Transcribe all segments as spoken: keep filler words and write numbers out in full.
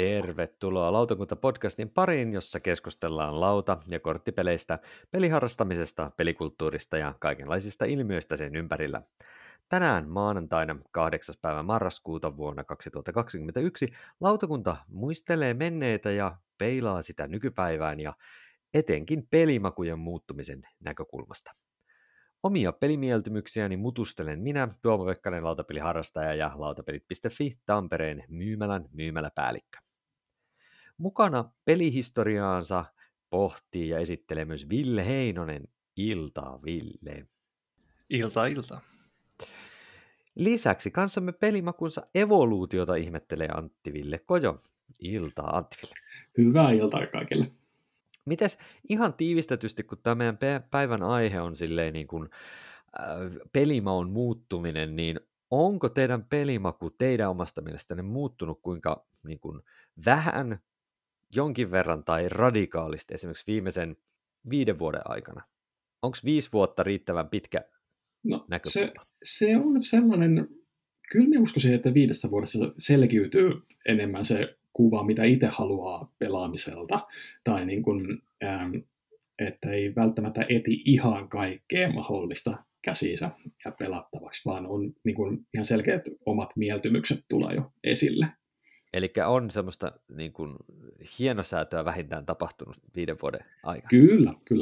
Tervetuloa Lautakunta-podcastin pariin, jossa keskustellaan lauta- ja korttipeleistä, peliharrastamisesta, pelikulttuurista ja kaikenlaisista ilmiöistä sen ympärillä. Tänään maanantaina kahdeksas päivä marraskuuta vuonna kaksituhattakaksikymmentäyksi lautakunta muistelee menneitä ja peilaa sitä nykypäivään ja etenkin pelimakujen muuttumisen näkökulmasta. Omia pelimieltymyksiäni mutustelen minä, Tuomo Vekkanen, lautapeliharrastaja ja lautapelit piste fi, Tampereen myymälän myymäläpäällikkö. Mukana pelihistoriaansa pohtii ja esittelee myös Ville Heinonen. Iltaa, Ville. Iltaa, iltaa. Lisäksi kanssamme pelimakunsa evoluutiota ihmettelee Antti Ville Kojo. Iltaa, Antti Ville. Hyvää iltaa kaikille. Mites ihan tiivistetysti, kun tämä meidän päivän aihe on silleen niin kuin äh, pelimaun muuttuminen, niin onko teidän pelimaku teidän omasta mielestänne muuttunut kuinka niin kuin vähän, jonkin verran tai radikaalisti esimerkiksi viimeisen viiden vuoden aikana? Onko viisi vuotta riittävän pitkä no, näkökulma? Se, se on sellainen, kyllä minä uskoisin, että viidessä vuodessa selkiytyy enemmän se kuva, mitä itse haluaa pelaamiselta, tai niin kuin, ähm, että ei välttämättä eti ihan kaikkea mahdollista käsiinsä ja pelattavaksi, vaan on niin kuin ihan selkeät omat mieltymykset tulee jo esille. Eli on semmoista niin kuin hienosäätöä vähintään tapahtunut viiden vuoden aikana? Kyllä, kyllä.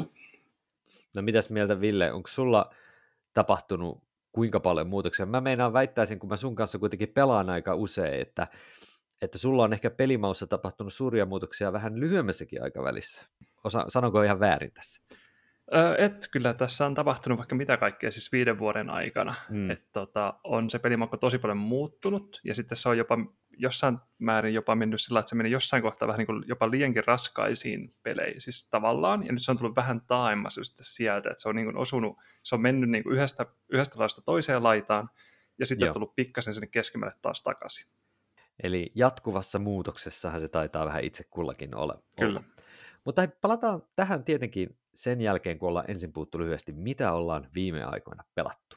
No mitäs mieltä, Ville, onko sulla tapahtunut kuinka paljon muutoksia? Mä meinaan väittäisin, kun mä sun kanssa kuitenkin pelaan aika usein, että, että sulla on ehkä pelimaussa tapahtunut suuria muutoksia vähän lyhyemmässäkin aikavälissä. Osa, sanonko ihan väärin tässä? Öö, et kyllä tässä on tapahtunut vaikka mitä kaikkea siis viiden vuoden aikana. Mm. Että tota, on se pelimaku tosi paljon muuttunut ja sitten se on jopa jossain määrin jopa mennyt sillä, että se meni jossain kohtaa vähän niin kuin jopa liiankin raskaisiin peleihin siis tavallaan. Ja nyt se on tullut vähän taaemmas just sieltä, että se on niin kuin osunut, se on mennyt niin kuin yhdestä, yhdestä laista toiseen laitaan ja sitten Joo. on tullut pikkasen sinne keskimmälle taas takaisin. Eli jatkuvassa muutoksessahan se taitaa vähän itse kullakin olla. Kyllä. Mutta hei, palataan tähän tietenkin sen jälkeen, kun ollaan ensin puhuttu lyhyesti, mitä ollaan viime aikoina pelattu.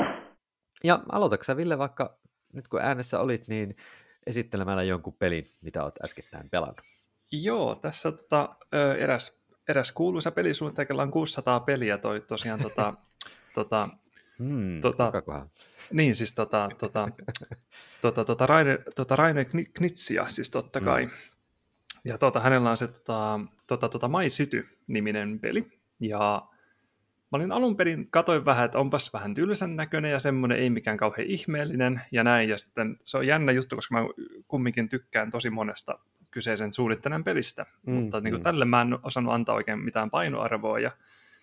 Ja aloitatko Ville, vaikka nyt kun äänessä olit, niin esittelemällä jonkun pelin, mitä olet äskettäin pelannut? Joo, tässä tota, eräs, eräs kuuluisa pelisuunnitelma on kuusisataa peliä, toi tosiaan tota, tota, Hmm, tota, niin siis tota, tota, tota, tota, Rainer, tota Rainer Knizia, siis totta kai. Hmm. Ja tota, hänellä on se tota, tota, tota My City-niminen peli. Ja mä olin alun perin, katoin vähän, että onpas vähän tylsän näköinen ja semmoinen ei mikään kauhean ihmeellinen ja näin. Ja sitten se on jännä juttu, koska mä kumminkin tykkään tosi monesta kyseisen suunnittelijan pelistä. Mm, Mutta niin kuin mm. tälle mä en osannut antaa oikein mitään painoarvoa ja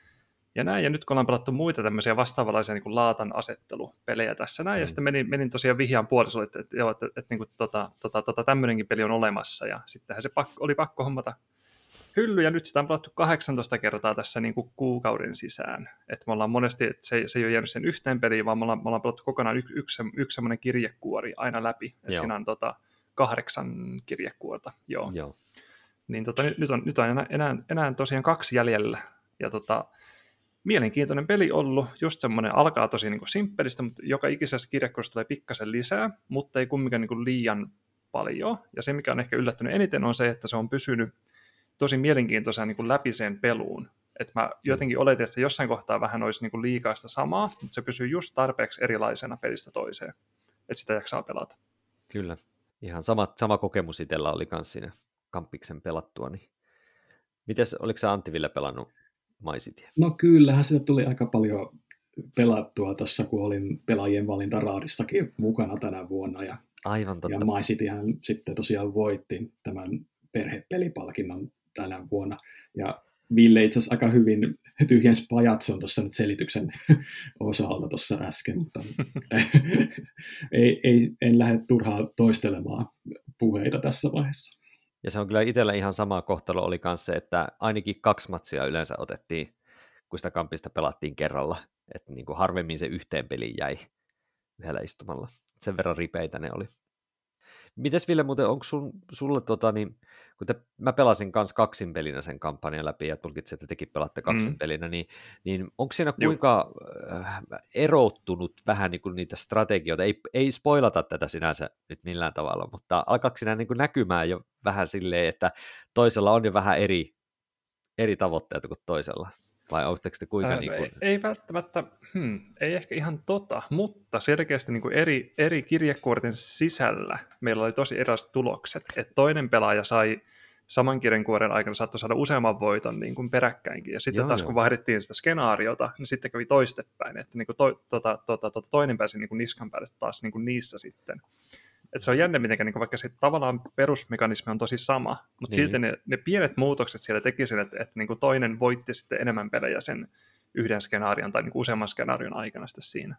Ja näin, ja nyt kun ollaan pelattu muita tämmöisiä vastaavanlaisia niin kuin laatan asettelupelejä tässä näin, mm. ja sitten menin, menin tosiaan vihjaan puolisolle, että, että, että, että, että niin tota, tota, tota, tämmöinenkin peli on olemassa, ja sittenhän se pakko, oli pakko hommata hylly, ja nyt sitä on pelattu kahdeksantoista kertaa tässä niin kuin kuukauden sisään. Että me ollaan monesti, että se, se ei ole jäänyt sen yhteen peliin, vaan me ollaan, me ollaan pelattu kokonaan yksi, yksi, yksi semmoinen kirjekuori aina läpi, että siinä on tota, kahdeksan kirjekuorta, joo. joo. Niin tota, nyt, nyt on, nyt on enää, enää, enää tosiaan kaksi jäljellä, ja tota, mielenkiintoinen peli ollut, just semmoinen, alkaa tosi niin kuin simppelistä, mutta joka ikisessä kirjekuoressa tulee pikkasen lisää, mutta ei kumminkaan niin kuin liian paljon. Ja se, mikä on ehkä yllättynyt eniten, on se, että se on pysynyt tosi mielenkiintoisena niin kuin läpi sen peluun. Että mä jotenkin oletin, että se jossain kohtaa vähän olisi niin kuin liikaa sitä samaa, mutta se pysyy just tarpeeksi erilaisena pelistä toiseen, että sitä jaksaa pelata. Kyllä. Ihan sama, sama kokemus itsellä oli myös siinä Kampiksen pelattua. Niin. Mites, oliko sä Antti Ville pelannut My Cityä? No kyllähän sitä tuli aika paljon pelattua tuossa, kun olin pelaajien valintaraadissakin mukana tänä vuonna. Ja, Aivan totta. Ja My Cityhän sitten tosiaan voitti tämän perhepelipalkinnon tänä vuonna. Ja Ville itse asiassa aika hyvin tyhjensi pajatson tuossa nyt selityksen osalta tuossa äsken, mutta ei, ei, en lähde turhaan toistelemaan puheita tässä vaiheessa. Ja se on kyllä itsellä ihan sama kohtalo oli kanssa se, että ainakin kaksi matsia yleensä otettiin, kun sitä kampista pelattiin kerralla. Että niin kuin harvemmin se yhteen peliin jäi yhdellä istumalla. Sen verran ripeitä ne oli. Mites Ville muuten, onko sun, sulle, tota, niin, kun te, mä pelasin kanssa kaksinpelinä sen kampanjan läpi ja tulkitsin, että tekin pelaatte kaksinpelinä, mm. niin, niin onko siinä kuinka äh, erottunut vähän niin kuin niitä strategioita, ei, ei spoilata tätä sinänsä nyt millään tavalla, mutta alkaako siinä niin kuin näkymään jo vähän silleen, että toisella on jo vähän eri, eri tavoitteita kuin toisella? Vai oletteko te kuinka... Ää, niin kuin... ei, ei välttämättä, hmm, ei ehkä ihan tota, mutta selkeästi niin kuin eri, eri kirjekuorten sisällä meillä oli tosi erilaiset tulokset. Et toinen pelaaja sai saman kirjekuoren aikana saattoi saada useamman voiton niin kuin peräkkäinkin. Ja sitten joo, taas joo. kun vaihdettiin sitä skenaariota, niin sitten kävi toistepäin. Että niin kuin to, tota, tota, tota, toinen pääsi niin kuin niskan päälle taas niin kuin niissä sitten. Että se on jännä, miten niin vaikka se tavallaan perusmekanismi on tosi sama, mutta niin. silti ne, ne pienet muutokset siellä teki sen, että, että niin kuin toinen voitti sitten enemmän pelejä sen yhden skenaarion tai niin kuin useamman skenaarion aikana sitten siinä.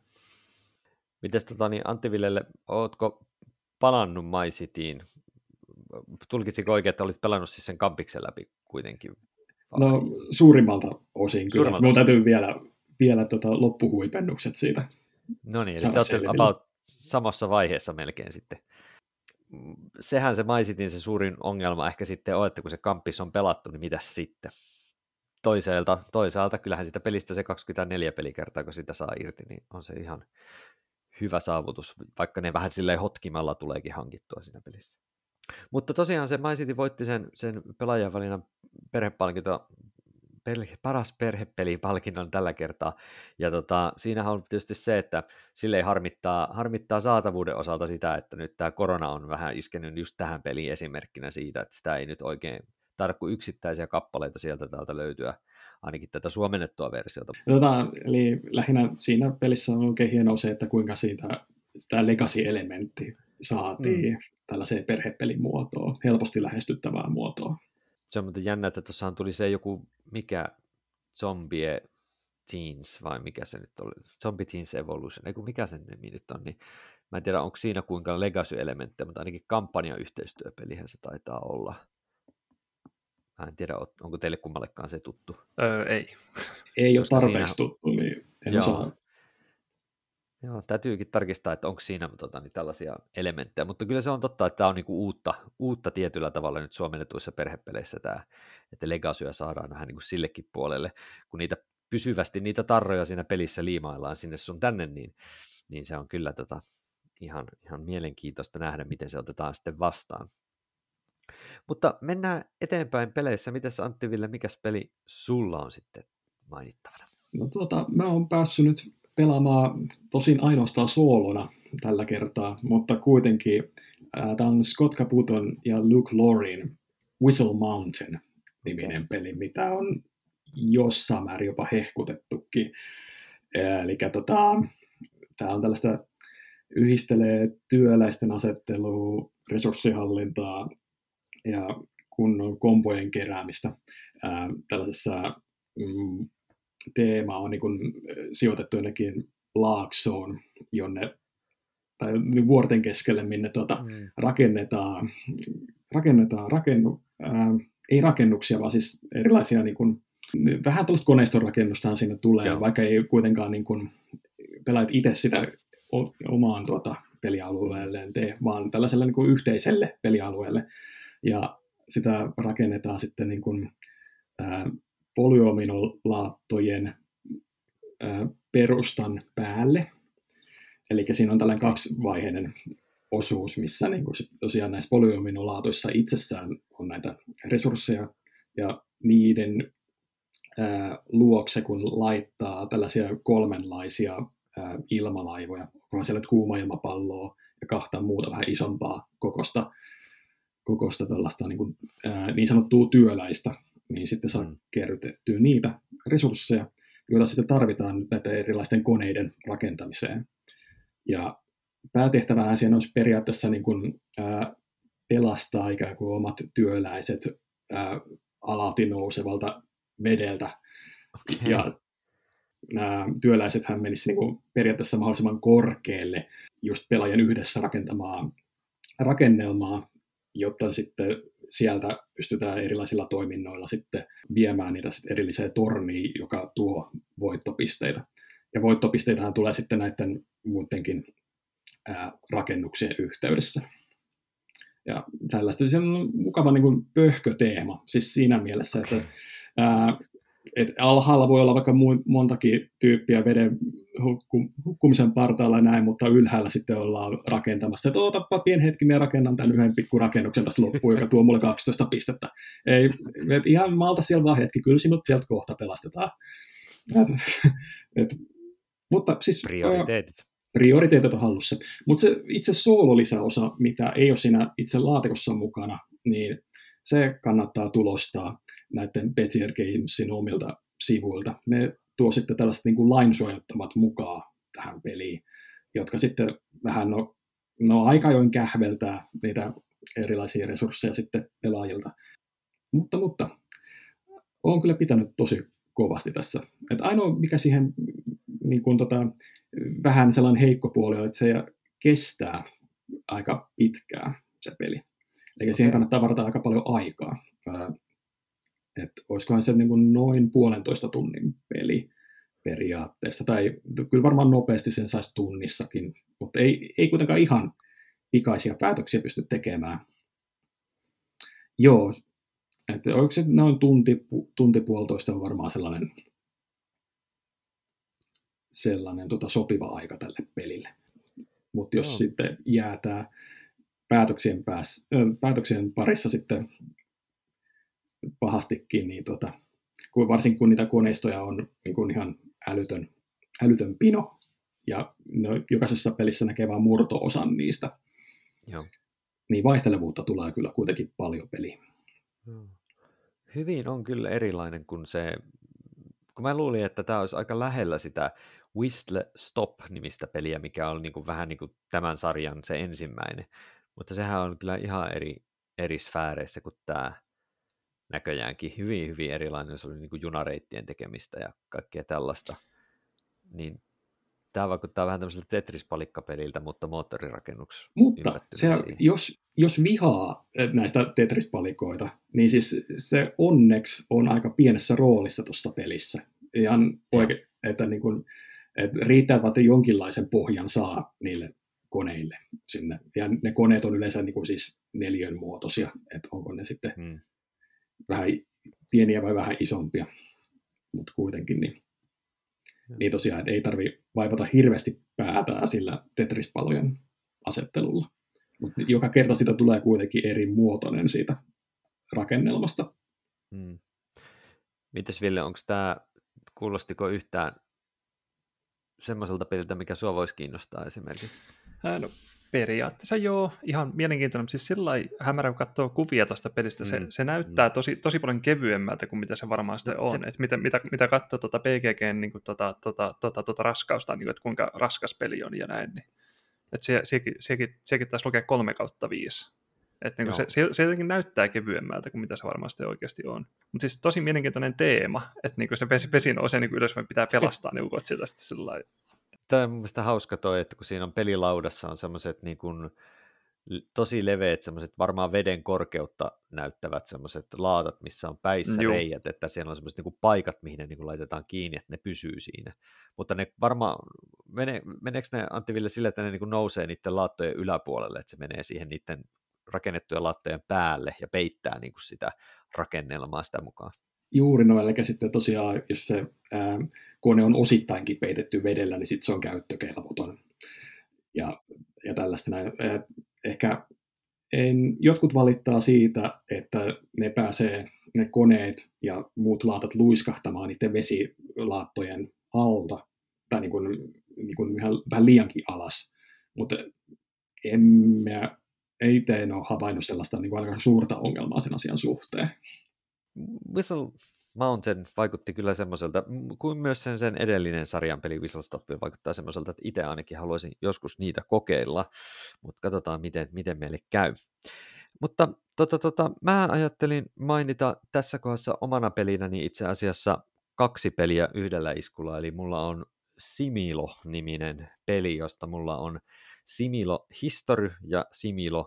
Mites tota, niin Antti Villelle, ootko palannut My Cityin? Tulkitsiko oikein, että olit pelannut siis sen kampiksen läpi kuitenkin? No suurimmalta osin kyllä. Suurimmalta Minun täytyy vielä, vielä tota loppuhuipennukset siitä. No niin, eli te olette about samassa vaiheessa melkein sitten. Sehän se My Cityn se suurin ongelma ehkä sitten on, että kun se kampis on pelattu, niin mitäs sitten? Toisaalta, toisaalta kyllähän sitä pelistä se kaksikymmentäneljä pelikertaa, kun sitä saa irti, niin on se ihan hyvä saavutus, vaikka ne vähän silleen hotkimalla tuleekin hankittua siinä pelissä. Mutta tosiaan se My City voitti sen, sen pelaajan valinnan perhepalkinto, paras perhepelipalkinnon tällä kertaa, ja tota, siinähän on tietysti se, että sille harmittaa, harmittaa saatavuuden osalta sitä, että nyt tämä korona on vähän iskenyt just tähän peliin esimerkkinä siitä, että sitä ei nyt oikein tarvitse kuin yksittäisiä kappaleita sieltä täältä löytyä, ainakin tätä suomennettua versiota. Tota, eli lähinnä siinä pelissä on oikein hienoa se, että kuinka siitä sitä legacy-elementti saatiin mm. tällaiseen perhepelin muotoon, helposti lähestyttävää muotoa. Se on muuten jännä, että tuossahan tuli se joku, mikä Zombie Teens, vai mikä se nyt oli, Zombie Teens Evolution, ei kun mikä sen nimi nyt on, niin mä en tiedä, onko siinä kuinka legacy-elementtejä, mutta ainakin kampanjayhteistyöpelihän se taitaa olla. Mä en tiedä, onko teille kummallekaan se tuttu? Öö, ei. Ei ole tarpeeksi siinä... tuttu, niin en Joo. osaa. Joo, täytyykin tarkistaa, että onko siinä tota, niin tällaisia elementtejä, mutta kyllä se on totta, että tämä on niinku uutta, uutta tietyllä tavalla nyt suomennetuissa perhepeleissä tämä, että legacyä saadaan vähän niin kuin sillekin puolelle, kun niitä pysyvästi niitä tarroja siinä pelissä liimaillaan sinne sun tänne, niin, niin se on kyllä tota, ihan, ihan mielenkiintoista nähdä, miten se otetaan sitten vastaan. Mutta mennään eteenpäin peleissä. Mites Antti Ville, mikäs peli sulla on sitten mainittavana? No tuota, mä oon päässyt nyt pelaamaan tosin ainoastaan soolona tällä kertaa, mutta kuitenkin äh, tämä on Scott Caputon ja Luke Lorin Whistle Mountain-niminen okay. peli, mitä on jossain määrin jopa hehkutettukin. Eli tota, tämä on tällaista, yhdistelee työläisten asettelua, resurssihallintaa ja kunnon kombojen keräämistä. Ää, tällaisessa mm, teema on niin kuin sijoitettu jonnekin laaksoon, jonne, tai vuorten keskelle, minne tuota, mm. rakennetaan, rakennetaan rakennu, ää, ei rakennuksia, vaan siis erilaisia, niin kuin, vähän tällaista koneistonrakennustahan sinne tulee, Joo. vaikka ei kuitenkaan niin kuin, pelaat itse sitä omaan tuota, pelialueelleen tee, vaan tällaiselle niin kuin yhteiselle pelialueelle. Ja sitä rakennetaan sitten niin kuin, ää, polyominolaattojen ää, perustan päälle. Eli siinä on tällainen kaksivaiheinen osuus, missä niin kuin sit tosiaan näissä polyominolaatoissa itsessään on näitä resursseja, ja niiden ää, luokse, kun laittaa tällaisia kolmenlaisia ää, ilmalaivoja, onhan siellä nyt kuuma ilmapalloa ja kahta muuta vähän isompaa kokosta, kokosta tällaista niin, kuin, ää, niin sanottua työläistä, niin sitten saa mm. kerrytettyä niitä resursseja, joita sitten tarvitaan nyt näiden erilaisten koneiden rakentamiseen. Ja päätehtävähän siinä olisi periaatteessa niin kuin, ää, pelastaa ikään kuin omat työläiset ää, alati nousevalta vedeltä. Okay. Ja nämä työläisethän menisivät niin kuin periaatteessa mahdollisimman korkealle just pelaajan yhdessä rakentamaa rakennelmaa, jotta sitten sieltä pystytään erilaisilla toiminnoilla sitten viemään niitä sitten erilliseen torniin, joka tuo voittopisteitä. Ja voittopisteitähän tulee sitten näiden muidenkin ää, rakennuksien yhteydessä. ja tällaista. Se on mukava niin kuin pöhköteema, siis siinä mielessä, että ää, et alhaalla voi olla vaikka montakin tyyppiä veden hukku, hukkumisen partaalla ja näin, mutta ylhäällä sitten ollaan rakentamassa, että ootapa pieni hetki, minä rakennan tämän yhden pikku rakennuksen tästä loppuun, joka tuo mulle kaksitoista pistettä. Ei, et ihan malta siellä vaan hetki, kyllä sinut sieltä kohta pelastetaan. Et, et, mutta siis, prioriteetit. Ää, prioriteetit on hallussa. Mutta se itse soololisäosa, mitä ei ole siinä itse laatikossa mukana, niin se kannattaa tulostaa näiden Bezier Gamesin omilta sivuilta. Ne tuo sitten tällaiset niin kuin lainsuojattomat mukaan tähän peliin, jotka sitten vähän no, no aika ajoin kähveltää niitä erilaisia resursseja sitten pelaajilta. Mutta, mutta olen kyllä pitänyt tosi kovasti tässä. Et ainoa mikä siihen niin kuin tota, vähän sellainen heikko puoli on, että se kestää aika pitkään se peli. Eli okay. Siihen kannattaa varata aika paljon aikaa. Että olisikohan se niin kuin noin puolentoista tunnin peli periaatteessa. Tai kyllä varmaan nopeasti sen saisi tunnissakin, mutta ei, ei kuitenkaan ihan pikaisia päätöksiä pysty tekemään. Joo, että onko se noin tunti, tunti puolitoista on varmaan sellainen, sellainen tota sopiva aika tälle pelille. Mutta jos no. sitten jää tämä päätöksien, pääs, päätöksien parissa sitten pahastikin, niin tota, varsinkin kun niitä koneistoja on niin kuin ihan älytön, älytön pino, ja no, jokaisessa pelissä näkee vain murto-osan niistä, Joo. niin vaihtelevuutta tulee kyllä kuitenkin paljon peliin. Hyvin on kyllä erilainen kuin se, kun mä luulin, että tämä olisi aika lähellä sitä Whistle Stop-nimistä peliä, mikä on niin kuin vähän niin kuin tämän sarjan se ensimmäinen, mutta sehän on kyllä ihan eri, eri sfääreissä kuin tämä näköjäänkin. Hyvin, hyvin erilainen, se oli niin kuin junareittien tekemistä ja kaikkea tällaista. Niin tämä vaikuttaa vähän tämmöiseltä Tetris-palikkapeliltä, mutta moottorirakennus. Mutta se, jos, jos vihaa näistä Tetris-palikoita, niin siis se onneksi on aika pienessä roolissa tuossa pelissä. Ihan oikein, että, niin kun, että riittää, että jonkinlaisen pohjan saa niille koneille sinne. Ja ne koneet on yleensä niin kuin siis neliön muotoisia, että onko ne sitten hmm. vähän pieniä vai vähän isompia, mutta kuitenkin niin. Niin tosiaan, että ei tarvitse vaivata hirveästi päätään sillä Tetris-palojen asettelulla. Mutta joka kerta siitä tulee kuitenkin eri muotoinen siitä rakennelmasta. Hmm. Mites Ville, onko tämä, kuulostiko yhtään semmoiselta peliltä, mikä sua voisi kiinnostaa esimerkiksi? No, periaatteessa joo, ihan mielenkiintoinen, siis sillä lailla hämärä, kun katsoo kuvia tuosta pelistä, se, mm. se näyttää tosi, tosi paljon kevyemmältä kuin mitä se varmaan sitten on, se... että mitä, mitä, mitä katsoo tuota P G G:n niin kuin, tuota, tuota, tuota, tuota raskausta, niin kuin, että kuinka raskas peli on ja näin, niin. Että se, sekin, sekin, sekin taisi lukea kolme kautta viisi. Että niin se, se, se jotenkin näyttää kevyemmältä kuin mitä se varmaan sitten oikeasti on. Mutta siis tosi mielenkiintoinen teema, että niin se vesi, vesi nousee niin ylös, vaan pitää pelastaa niin ukot sitä sitten sillä lailla. Tämä on mun mielestä hauska toi, että kun siinä on pelilaudassa on semmoiset niin kuin tosi leveät, semmoiset varmaan veden korkeutta näyttävät semmoiset laatat, missä on päissä Juh. reijät, että siellä on semmoiset niin kuin paikat, mihin ne niin kuin laitetaan kiinni, että ne pysyy siinä. Mutta ne varmaan, mene, meneekö ne Antti Ville sillä, että ne niin kuin nousee niiden laattojen yläpuolelle, että se menee siihen niiden rakennettujen laattojen päälle ja peittää niin kuin sitä rakennelmaa sitä mukaan? Juuri noin, eli sitten tosiaan, jos se ää, kone on osittainkin peitetty vedellä, niin sitten se on käyttökelvoton. Ja, ja tällaista näin. Ehkä en, jotkut valittaa siitä, että ne pääsee, ne koneet ja muut laatat luiskahtamaan niiden vesilaattojen alta, tai niin kuin, niin kuin ihan, vähän liiankin alas. Mutta emme, ei itse en ole havainnut sellaista niin kuin aika suurta ongelmaa sen asian suhteen. Whistle Mountain vaikutti kyllä semmoiselta, kuin myös sen, sen edellinen sarjan peli Whistle Stop vaikuttaa semmoiselta, että itse ainakin haluaisin joskus niitä kokeilla, mutta katsotaan miten, miten meille käy. Mutta tota, tota, mä ajattelin mainita tässä kohdassa omana pelinäni itse asiassa kaksi peliä yhdellä iskulla, eli mulla on Similo-niminen peli, josta mulla on Similo History ja Similo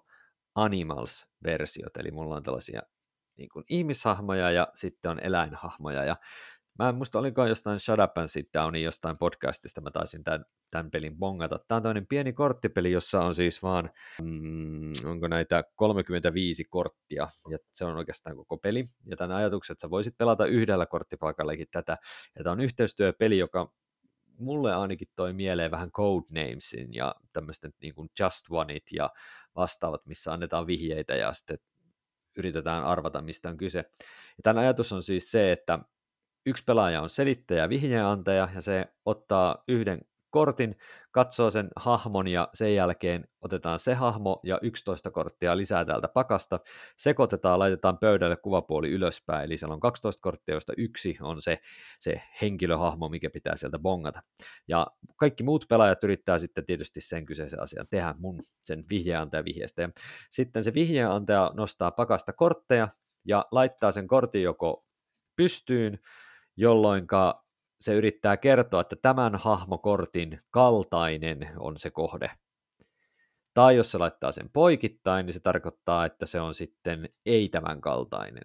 Animals-versiot, eli mulla on tällaisia niin kuin ihmishahmoja ja sitten on eläinhahmoja, ja Mä en muista, olinko jostain Shut Up and Sit Downin jostain podcastista, mä taisin tämän, tämän pelin bongata. Tämä on toinen pieni korttipeli, jossa on siis vaan, mm, onko näitä kolmekymmentäviisi korttia, ja se on oikeastaan koko peli. Ja tämän ajatuksen, että sä voisit pelata yhdellä korttipaikallakin tätä, ja tämä on yhteistyöpeli, joka mulle ainakin toi mieleen vähän Codenamesin ja tämmöisten niin kuin Just One It ja vastaavat, missä annetaan vihjeitä ja sitten yritetään arvata, mistä on kyse. Ja tämän ajatus on siis se, että yksi pelaaja on selittäjä ja vihjeenantaja, ja se ottaa yhden kortin, katsoo sen hahmon, ja sen jälkeen otetaan se hahmo ja yksitoista korttia lisää täältä pakasta, sekoitetaan, laitetaan pöydälle kuvapuoli ylöspäin, eli siellä on kaksitoista korttia, joista yksi on se, se henkilöhahmo, mikä pitää sieltä bongata. Ja kaikki muut pelaajat yrittää sitten tietysti sen kyseisen asian tehdä mun sen vihjeenantajan vihjeestä. Ja sitten se vihjeenantaja nostaa pakasta kortteja, ja laittaa sen kortin joko pystyyn, jolloin se yrittää kertoa, että tämän hahmokortin kaltainen on se kohde. Tai jos se laittaa sen poikittain, niin se tarkoittaa, että se on sitten ei tämän kaltainen.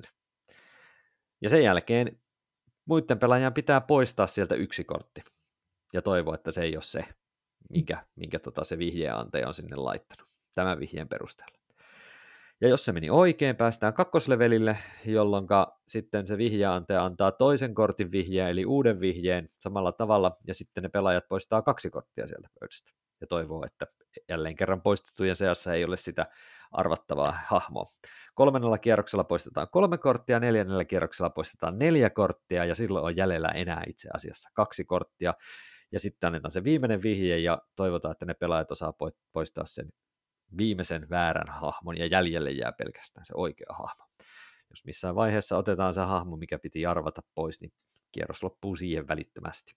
Ja sen jälkeen muiden pelaajien pitää poistaa sieltä yksi kortti ja toivoa, että se ei ole se, minkä, minkä tota se vihjeenantaja on sinne laittanut tämän vihjeen perusteella. Ja jos se meni oikein, päästään kakkoslevelille, jolloin sitten se vihjeenantaja antaa toisen kortin vihjeen, eli uuden vihjeen samalla tavalla, ja sitten ne pelaajat poistaa kaksi korttia sieltä pöydästä. Ja toivoo, että jälleen kerran poistettujen seassa ei ole sitä arvattavaa hahmoa. Kolmannella kierroksella poistetaan kolme korttia, neljännellä kierroksella poistetaan neljä korttia, ja silloin on jäljellä enää itse asiassa kaksi korttia. Ja sitten annetaan se viimeinen vihje, ja toivotaan, että ne pelaajat osaa poistaa sen viimeisen väärän hahmon, ja jäljelle jää pelkästään se oikea hahmo. Jos missään vaiheessa otetaan se hahmo, mikä piti arvata pois, niin kierros loppuu siihen välittömästi.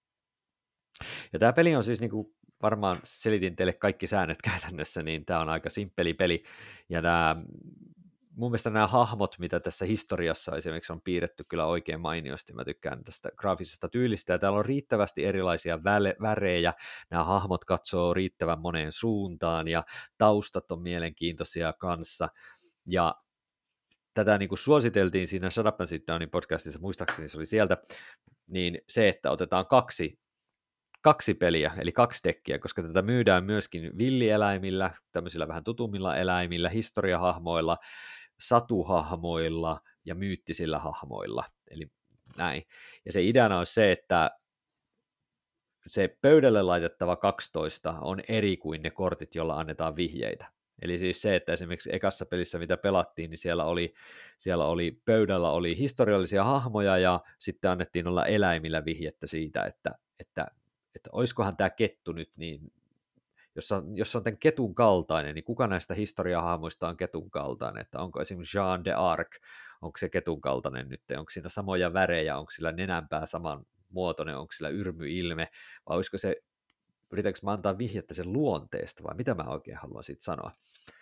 Ja tämä peli on siis, niin kuin varmaan selitin teille kaikki säännöt käytännössä, niin tämä on aika simppeli peli, ja nämä, mun mielestä nämä hahmot, mitä tässä historiassa esimerkiksi on piirretty kyllä oikein mainiosti, mä tykkään tästä graafisesta tyylistä, ja täällä on riittävästi erilaisia värejä, nämä hahmot katsoo riittävän moneen suuntaan, ja taustat on mielenkiintoisia kanssa, ja tätä niin kuin suositeltiin siinä Shut Up and Sit Downin podcastissa, muistaakseni se oli sieltä, niin se, että otetaan kaksi kaksi peliä, eli kaksi dekkiä, koska tätä myydään myöskin villieläimillä, tämmöisillä vähän tutummilla eläimillä, historiahahmoilla, satuhahmoilla ja myyttisillä hahmoilla, eli näin. Ja se ideana on se, että se pöydälle laitettava kaksitoista on eri kuin ne kortit, joilla annetaan vihjeitä. Eli siis se, että esimerkiksi ekassa pelissä, mitä pelattiin, niin siellä oli, siellä oli pöydällä oli historiallisia hahmoja, ja sitten annettiin olla eläimillä vihjettä siitä, että, että että olisikohan tämä kettu nyt niin, jos on, jos on tämän ketun kaltainen, niin kuka näistä historiahahmoista on ketun kaltainen, että onko esimerkiksi Jeanne d'Arc, onko se ketun kaltainen nyt, onko siinä samoja värejä, onko sillä nenänpää saman muotoinen, onko sillä yrmyilme, vai olisiko se, yritänkö mä antaa vihjettä sen luonteesta, vai mitä mä oikein haluan siitä sanoa.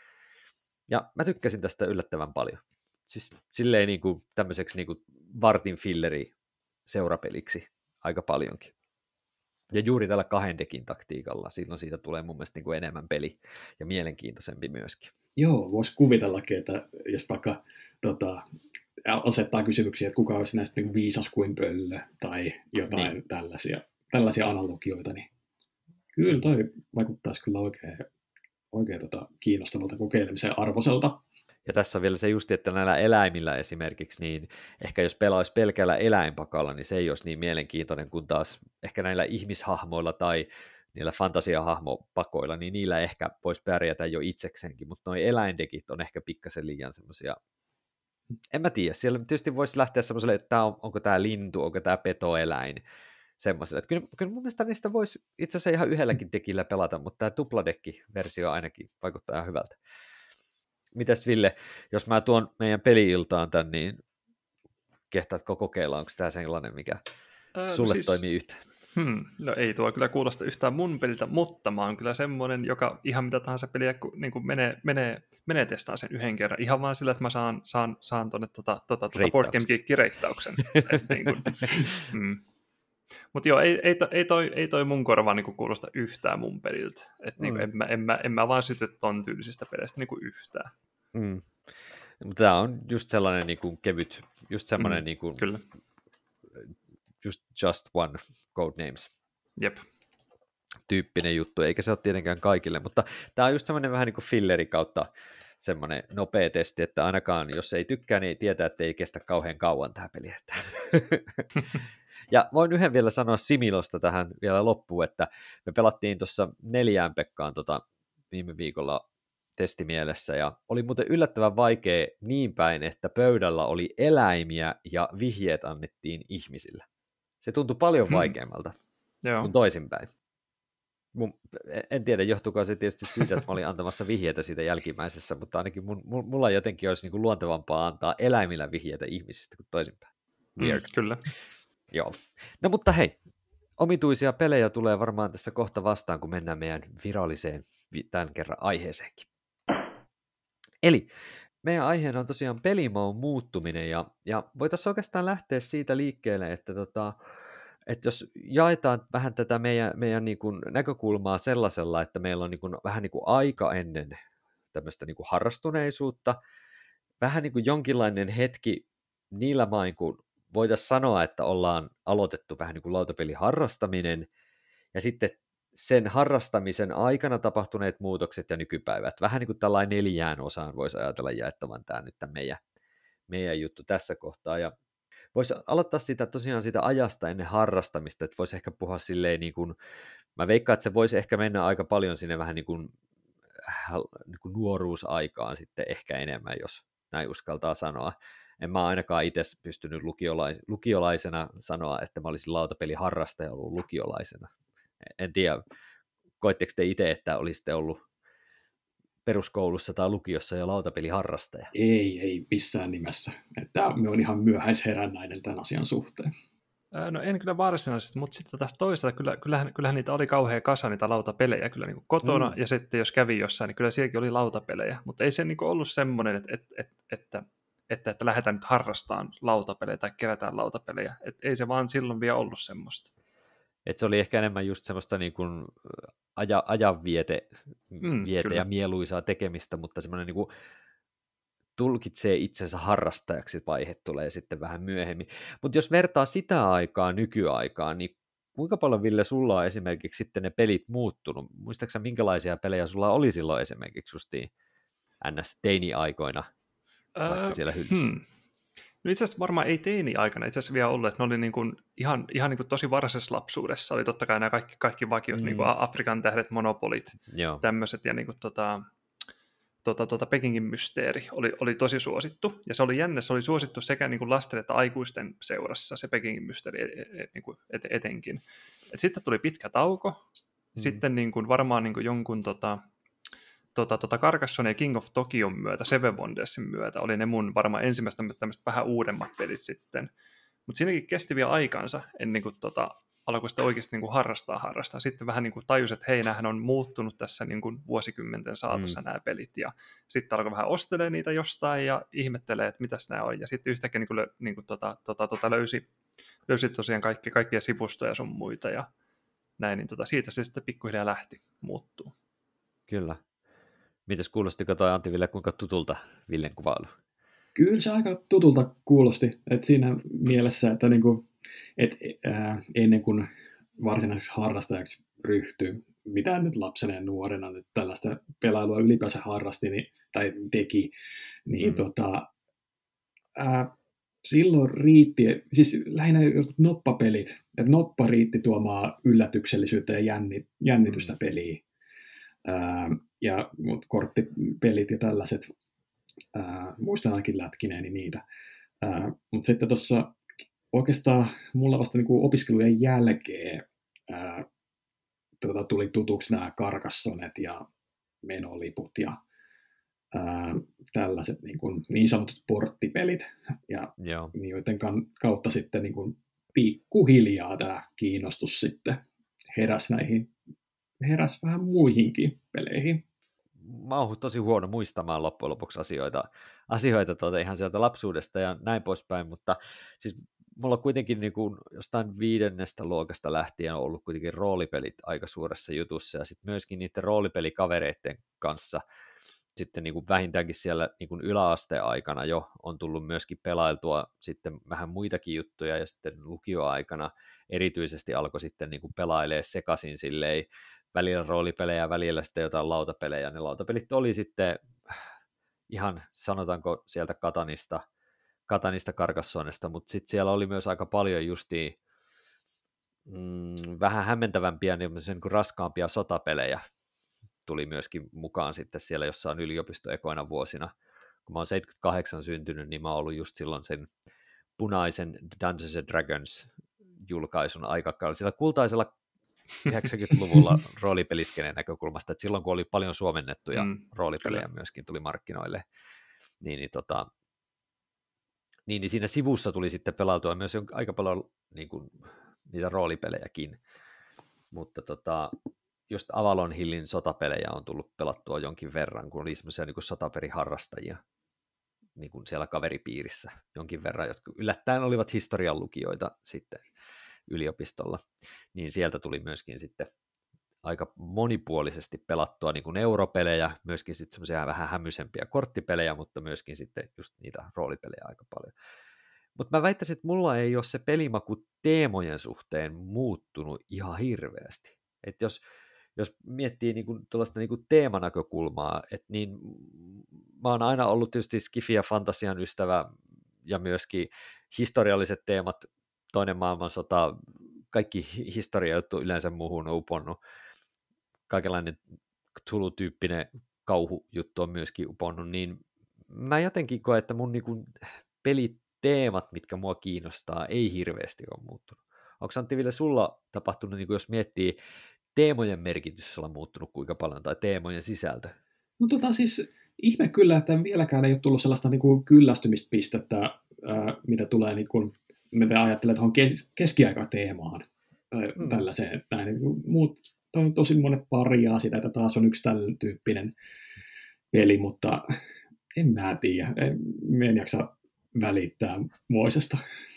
Ja mä tykkäsin tästä yllättävän paljon. Siis silleen niin kuin tämmöiseksi niin kuin vartin filleri seurapeliksi aika paljonkin. Ja juuri tällä kahden dekin taktiikalla, silloin siitä tulee mun mielestä niin kuin enemmän peli ja mielenkiintoisempi myöskin. Joo, voisi kuvitellakin, että jos vaikka tota, asettaa kysymyksiä, että kuka olisi näistä niin viisas kuin pöllö tai jotain niin. tällaisia, tällaisia analogioita, niin kyllä toi vaikuttaisi kyllä oikein, oikein tota, kiinnostavalta kokeilemisen arvoiselta. Ja tässä on vielä se just, että näillä eläimillä esimerkiksi, niin ehkä jos pelaisi pelkällä eläinpakalla, niin se ei olisi niin mielenkiintoinen kuin taas ehkä näillä ihmishahmoilla tai niillä fantasiahahmopakoilla, niin niillä ehkä voisi pärjätä jo itsekseenkin, mutta nuo eläindekit on ehkä pikkasen liian semmoisia, en mä tiedä, siellä tietysti voisi lähteä semmoiselle, että tämä on, onko tämä lintu, onko tämä petoeläin, semmoiselle. Että kyllä, kyllä mun mielestä niistä voisi itse asiassa ihan yhdelläkin dekillä pelata, mutta tämä tupladekki-versio ainakin vaikuttaa ihan hyvältä. Mitäs Ville, jos mä tuon meidän peli-iltaan tän, niin kehtaatko kokeilla, onko tämä sellainen, mikä Ää, sulle no siis, toimii yhteen? Hmm, no ei tuo kyllä kuulosta yhtään mun peliltä, mutta mä oon kyllä semmoinen, joka ihan mitä tahansa peliä niin kuin menee, menee, menee testaa sen yhden kerran. Ihan vaan sillä, että mä saan, saan, saan tuonne tota, tota, tota Board Game Geek-reittauksen. niin hmm. Mutta joo, ei, ei, toi, ei, toi, ei toi mun korvaan niinku kuulosta yhtään mun peliltä. Et mm. niinku, en, mä, en, mä, en mä vaan syty ton tyylisistä peleistä niinku yhtään. Mm. Mutta tämä on just sellainen niinku kevyt, just semmoinen mm, niinku, just Just One Codenames. Jep. Tyyppinen juttu, eikä se ole tietenkään kaikille, mutta tämä on just semmoinen vähän niin kuin filleri kautta semmoinen nopea testi, että ainakaan jos ei tykkää, niin tietää, että ei kestä kauhean kauan tämä peli. Ja voin yhden vielä sanoa Similosta tähän vielä loppuun, että me pelattiin tuossa neljään Pekkaan tota viime viikolla testimielessä, ja oli muuten yllättävän vaikea niin päin, että pöydällä oli eläimiä ja vihjeet annettiin ihmisille. Se tuntui paljon Hmm. vaikeammalta Joo. kuin toisinpäin. Mun, en tiedä, johtuuko se tietysti siitä, että mä olin antamassa vihjeitä siitä jälkimmäisessä, mutta ainakin mun, mulla jotenkin olisi niin kuin luontevampaa antaa eläimillä vihjeitä ihmisistä kuin toisinpäin. Weird. Mm, kyllä. Joo. No mutta hei, omituisia pelejä tulee varmaan tässä kohta vastaan, kun mennään meidän viralliseen tämän kerran aiheeseenkin. Eli meidän aiheena on tosiaan pelimaun muuttuminen, ja, ja voitaisiin oikeastaan lähteä siitä liikkeelle, että tota, että jos jaetaan vähän tätä meidän, meidän niin kuin näkökulmaa sellaisella, että meillä on niin kuin, vähän niin kuin aika ennen tämmöistä niin kuin harrastuneisuutta, vähän niin kuin jonkinlainen hetki niillä main, kun voitaisiin sanoa, että ollaan aloitettu vähän niin kuin lautapeliharrastaminen, ja sitten sen harrastamisen aikana tapahtuneet muutokset ja nykypäivät. Vähän niin kuin tällainen neljään osaan voisi ajatella jaettavan tämä nyt tämän meidän, meidän juttu tässä kohtaa, ja voisi aloittaa sitä tosiaan sitä ajasta ennen harrastamista, että voisi ehkä puhua silleen niin kuin, mä veikkaan, että se voisi ehkä mennä aika paljon sinne vähän niin kuin, äh, niin kuin nuoruusaikaan sitten ehkä enemmän, jos näin uskaltaa sanoa. En mä ainakaan itse pystynyt lukiolais- lukiolaisena sanoa, että mä olisin lautapeliharrastaja ollut lukiolaisena. En tiedä, koitteko te itse, että olisitte ollut peruskoulussa tai lukiossa jo lautapeliharrastaja? Ei, ei missään nimessä. Että me on ihan myöhäisherännäinen tämän asian suhteen. No en kyllä varsinaisesti, mutta sitten taas toisaalta kyllä, kyllähän, kyllähän niitä oli kauhean kasa niitä lautapelejä kyllä niin kuin kotona, mm. ja sitten jos kävi jossain, niin kyllä sielläkin oli lautapelejä, mutta ei se niin kuin ollut semmoinen, että, että, että, että, että, että lähdetään nyt harrastamaan lautapelejä tai kerätään lautapelejä, että ei se vaan silloin vielä ollut semmoista. Että se oli ehkä enemmän just semmoista niin kuin aja, ajanviete mm, viete ja mieluisaa tekemistä, mutta semmoinen niin kuin tulkitsee itsensä harrastajaksi vaihe tulee sitten vähän myöhemmin. Mutta jos vertaa sitä aikaa nykyaikaan, niin kuinka paljon, Ville, sulla on esimerkiksi sitten ne pelit muuttunut? Muistaaksä, minkälaisia pelejä sulla oli silloin esimerkiksi justiin N S-teini-aikoina vaikka öö, siellä hyllyssä? Hmm. No itse asiassa varmaan ei teini-aikana itse asiassa vielä ollut, että ne oli niin kuin ihan, ihan niin kuin tosi varhaisessa lapsuudessa. Oli totta kai nämä kaikki, kaikki vakiot, mm. niin kuin Afrikan tähdet, Monopolit, Joo. tämmöiset, ja niin kuin tota, tota, tota Pekingin mysteeri oli, oli tosi suosittu. Ja se oli jännä, se oli suosittu sekä niin kuin lasten että aikuisten seurassa, se Pekingin mysteeri niin kuin et, etenkin. Et sitten tuli pitkä tauko, mm. sitten niin kuin varmaan niin kuin jonkun... Tota, Tota, tota Carcassonne ja King of Tokion myötä, Seven Wondersin myötä, oli ne mun varmaan ensimmäistä tämmöistä vähän uudemmat pelit sitten. Mutta siinäkin kesti vielä aikansa ennen kuin tota, alkoi sitä oikeasti niin kuin harrastaa harrastaa. Sitten vähän niin kuin tajus, että hei, näähän on muuttunut tässä niin kuin vuosikymmenten saatossa mm. nämä pelit. Ja sitten alkoi vähän ostelemaan niitä jostain ja ihmettelee, että mitäs nämä on. Ja sitten yhtäkkiä niin kuin, niin kuin, tota, tota, tota, löysi, löysi tosiaan kaikki, kaikkia sivustoja sun muita ja näin. Niin tota, siitä se sitten pikkuhiljaa lähti muuttuu. Kyllä. Mites kuulostiko toi, Antti Ville, kuinka tutulta Villen kuvailu? Kyllä se aika tutulta kuulosti, että siinä mielessä, että niinku, et, ää, ennen kuin varsinaiseksi harrastajaksi ryhtyy, mitä nyt lapsena ja nuorena nyt tällaista pelailua ylipäänsä harrasti niin, tai teki, niin mm. tota, ää, silloin riitti, siis lähinnä jotkut noppapelit, että noppa riitti tuomaan yllätyksellisyyttä ja jännit, jännitystä mm. peliin. Ää, ja korttipelit ja tällaiset, ää, muistan ainakin lätkineeni niitä. Mutta sitten tuossa oikeastaan mulla vasta niinku opiskelujen jälkeen ää, tuota, tuli tutuksi nämä Carcassonet ja menoliput ja ää, tällaiset niin, kuin, niin sanotut porttipelit, ja Joo. joiden kautta sitten niin kuin, pikkuhiljaa tämä kiinnostus sitten heräsi näihin heräsi vähän muihinkin peleihin. Mä oon tosi huono muistamaan loppujen lopuksi asioita, asioita tuota ihan sieltä lapsuudesta ja näin poispäin, mutta siis mulla on kuitenkin niin kuin jostain viidennestä luokasta lähtien on ollut kuitenkin roolipelit aika suuressa jutussa, ja sitten myöskin niiden roolipelikavereiden kanssa sitten niin kuin vähintäänkin siellä niin kuin yläasteen aikana jo on tullut myöskin pelailtua sitten vähän muitakin juttuja, ja sitten lukioaikana erityisesti alkoi sitten niin kuin pelailemaan sekaisin silleen, välillä roolipelejä, välillä sitten jotain lautapelejä. Ne lautapelit oli sitten ihan, sanotaanko sieltä Katanista, Katanista Carcassonnesta, mutta sitten siellä oli myös aika paljon justiin mm, vähän hämmentävämpiä, niin kuin raskaampia sotapelejä tuli myöskin mukaan sitten siellä jossain yliopistoekoina vuosina. Kun mä oon seitsemänkymmentäkahdeksan syntynyt, niin mä oon ollut just silloin sen punaisen Dungeons and Dragons julkaisun aikakaudella, sillä kultaisella yhdeksänkymmentäluvulla roolipeliskeneen näkökulmasta, että silloin kun oli paljon suomennettuja mm, roolipelejä kyllä. myöskin tuli markkinoille, niin, niin, tota, niin, niin siinä sivussa tuli sitten pelautua myös aika paljon niin kuin, niitä roolipelejäkin, mutta tota, just Avalon Hillin sotapelejä on tullut pelattua jonkin verran, kun oli semmoisia niin kuin sotaperiharrastajia niin kuin siellä kaveripiirissä jonkin verran, jotka yllättäen olivat historian lukijoita sitten yliopistolla, niin sieltä tuli myöskin sitten aika monipuolisesti pelattua niin kuin europelejä, myöskin sitten semmoisia vähän hämysempiä korttipelejä, mutta myöskin sitten just niitä roolipelejä aika paljon. Mutta mä väittäisin, että mulla ei ole se pelimaku teemojen suhteen muuttunut ihan hirveästi. Että jos, jos miettii niinku tuollaista niinku teemanäkökulmaa, että niin mä oon aina ollut tietysti skifi- ja fantasian ystävä, ja myöskin historialliset teemat, toinen maailmansota, kaikki historiajuttu yleensä muuhun on uponnut. Kaikenlainen Cthulhu-tyyppinen kauhujuttu on myöskin uponnut, niin mä jotenkin koen, että mun niinku peliteemat, mitkä mua kiinnostaa, ei hirveästi ole muuttunut. Onko Antti Ville sulla tapahtunut, niin jos miettii teemojen merkitys on muuttunut kuinka paljon, tai teemojen sisältö? No tota siis ihme kyllä, että vieläkään ei ole tullut sellaista niin kuin kyllästymispistettä, ää, mitä tulee, niin kuin, mitä ajattelee tuohon kes- keskiaikateemaan ää, hmm. tällaiseen. Näin, niin muut, to, tosi monet parjaa sitä, että taas on yksi tällainen tyyppinen peli, mutta en mä tiedä, en, en jaksa välittää moisesta.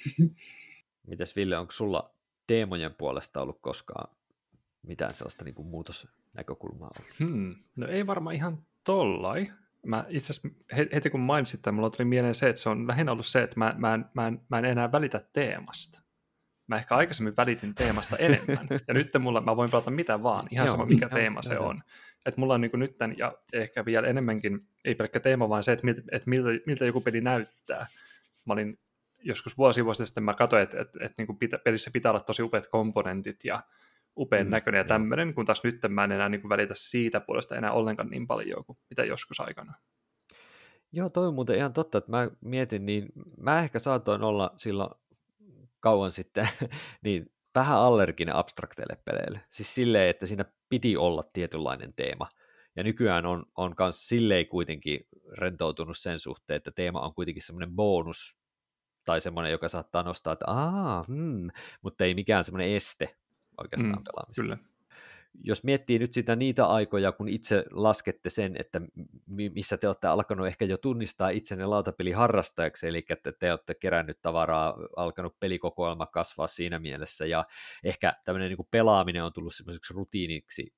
Mites Ville, onko sulla teemojen puolesta ollut koskaan mitään sellaista niin kuin muutosnäkökulmaa ollut? Hmm. No ei varmaan ihan tollai. Mä itse asiassa heti kun mainitsit tämän, mulla tuli mieleen se, että se on lähinnä ollut se, että mä, mä, en, mä, en, mä en enää välitä teemasta. Mä ehkä aikaisemmin välitin teemasta enemmän. Ja nyt mulla, mä voin pelata mitä vaan, ihan sama mikä teema se on. Että mulla on niin kuin nyt, ja ehkä vielä enemmänkin, ei pelkkä teema, vaan se, että miltä, että miltä, miltä joku peli näyttää. Mä olin joskus vuosi vuosi sitten, mä katsoin, että, että, että, että pitä, pelissä pitää olla tosi upeat komponentit ja upean mm, näköinen ja tämmöinen, kun taas nyt mä en enää niin kuin välitä siitä puolesta enää ollenkaan niin paljon kuin mitä joskus aikana. Joo, toi on muuten ihan totta, että mä mietin, niin mä ehkä saatoin olla silloin kauan sitten niin vähän allerginen abstrakteille peleille. Siis silleen, että siinä piti olla tietynlainen teema. Ja nykyään on, on myös silleen kuitenkin rentoutunut sen suhteen, että teema on kuitenkin semmoinen bonus tai semmoinen, joka saattaa nostaa, että aah, hmm, mutta ei mikään semmoinen este oikeastaan mm, pelaamiseen. Kyllä. Jos miettii nyt sitä niitä aikoja, kun itse laskette sen, että missä te olette alkanut ehkä jo tunnistaa itsenne lautapeliharrastajaksi, eli että te olette kerännyt tavaraa, alkanut pelikokoelma kasvaa siinä mielessä, ja ehkä tämmöinen niin kuin pelaaminen on tullut semmoiseksi rutiiniksi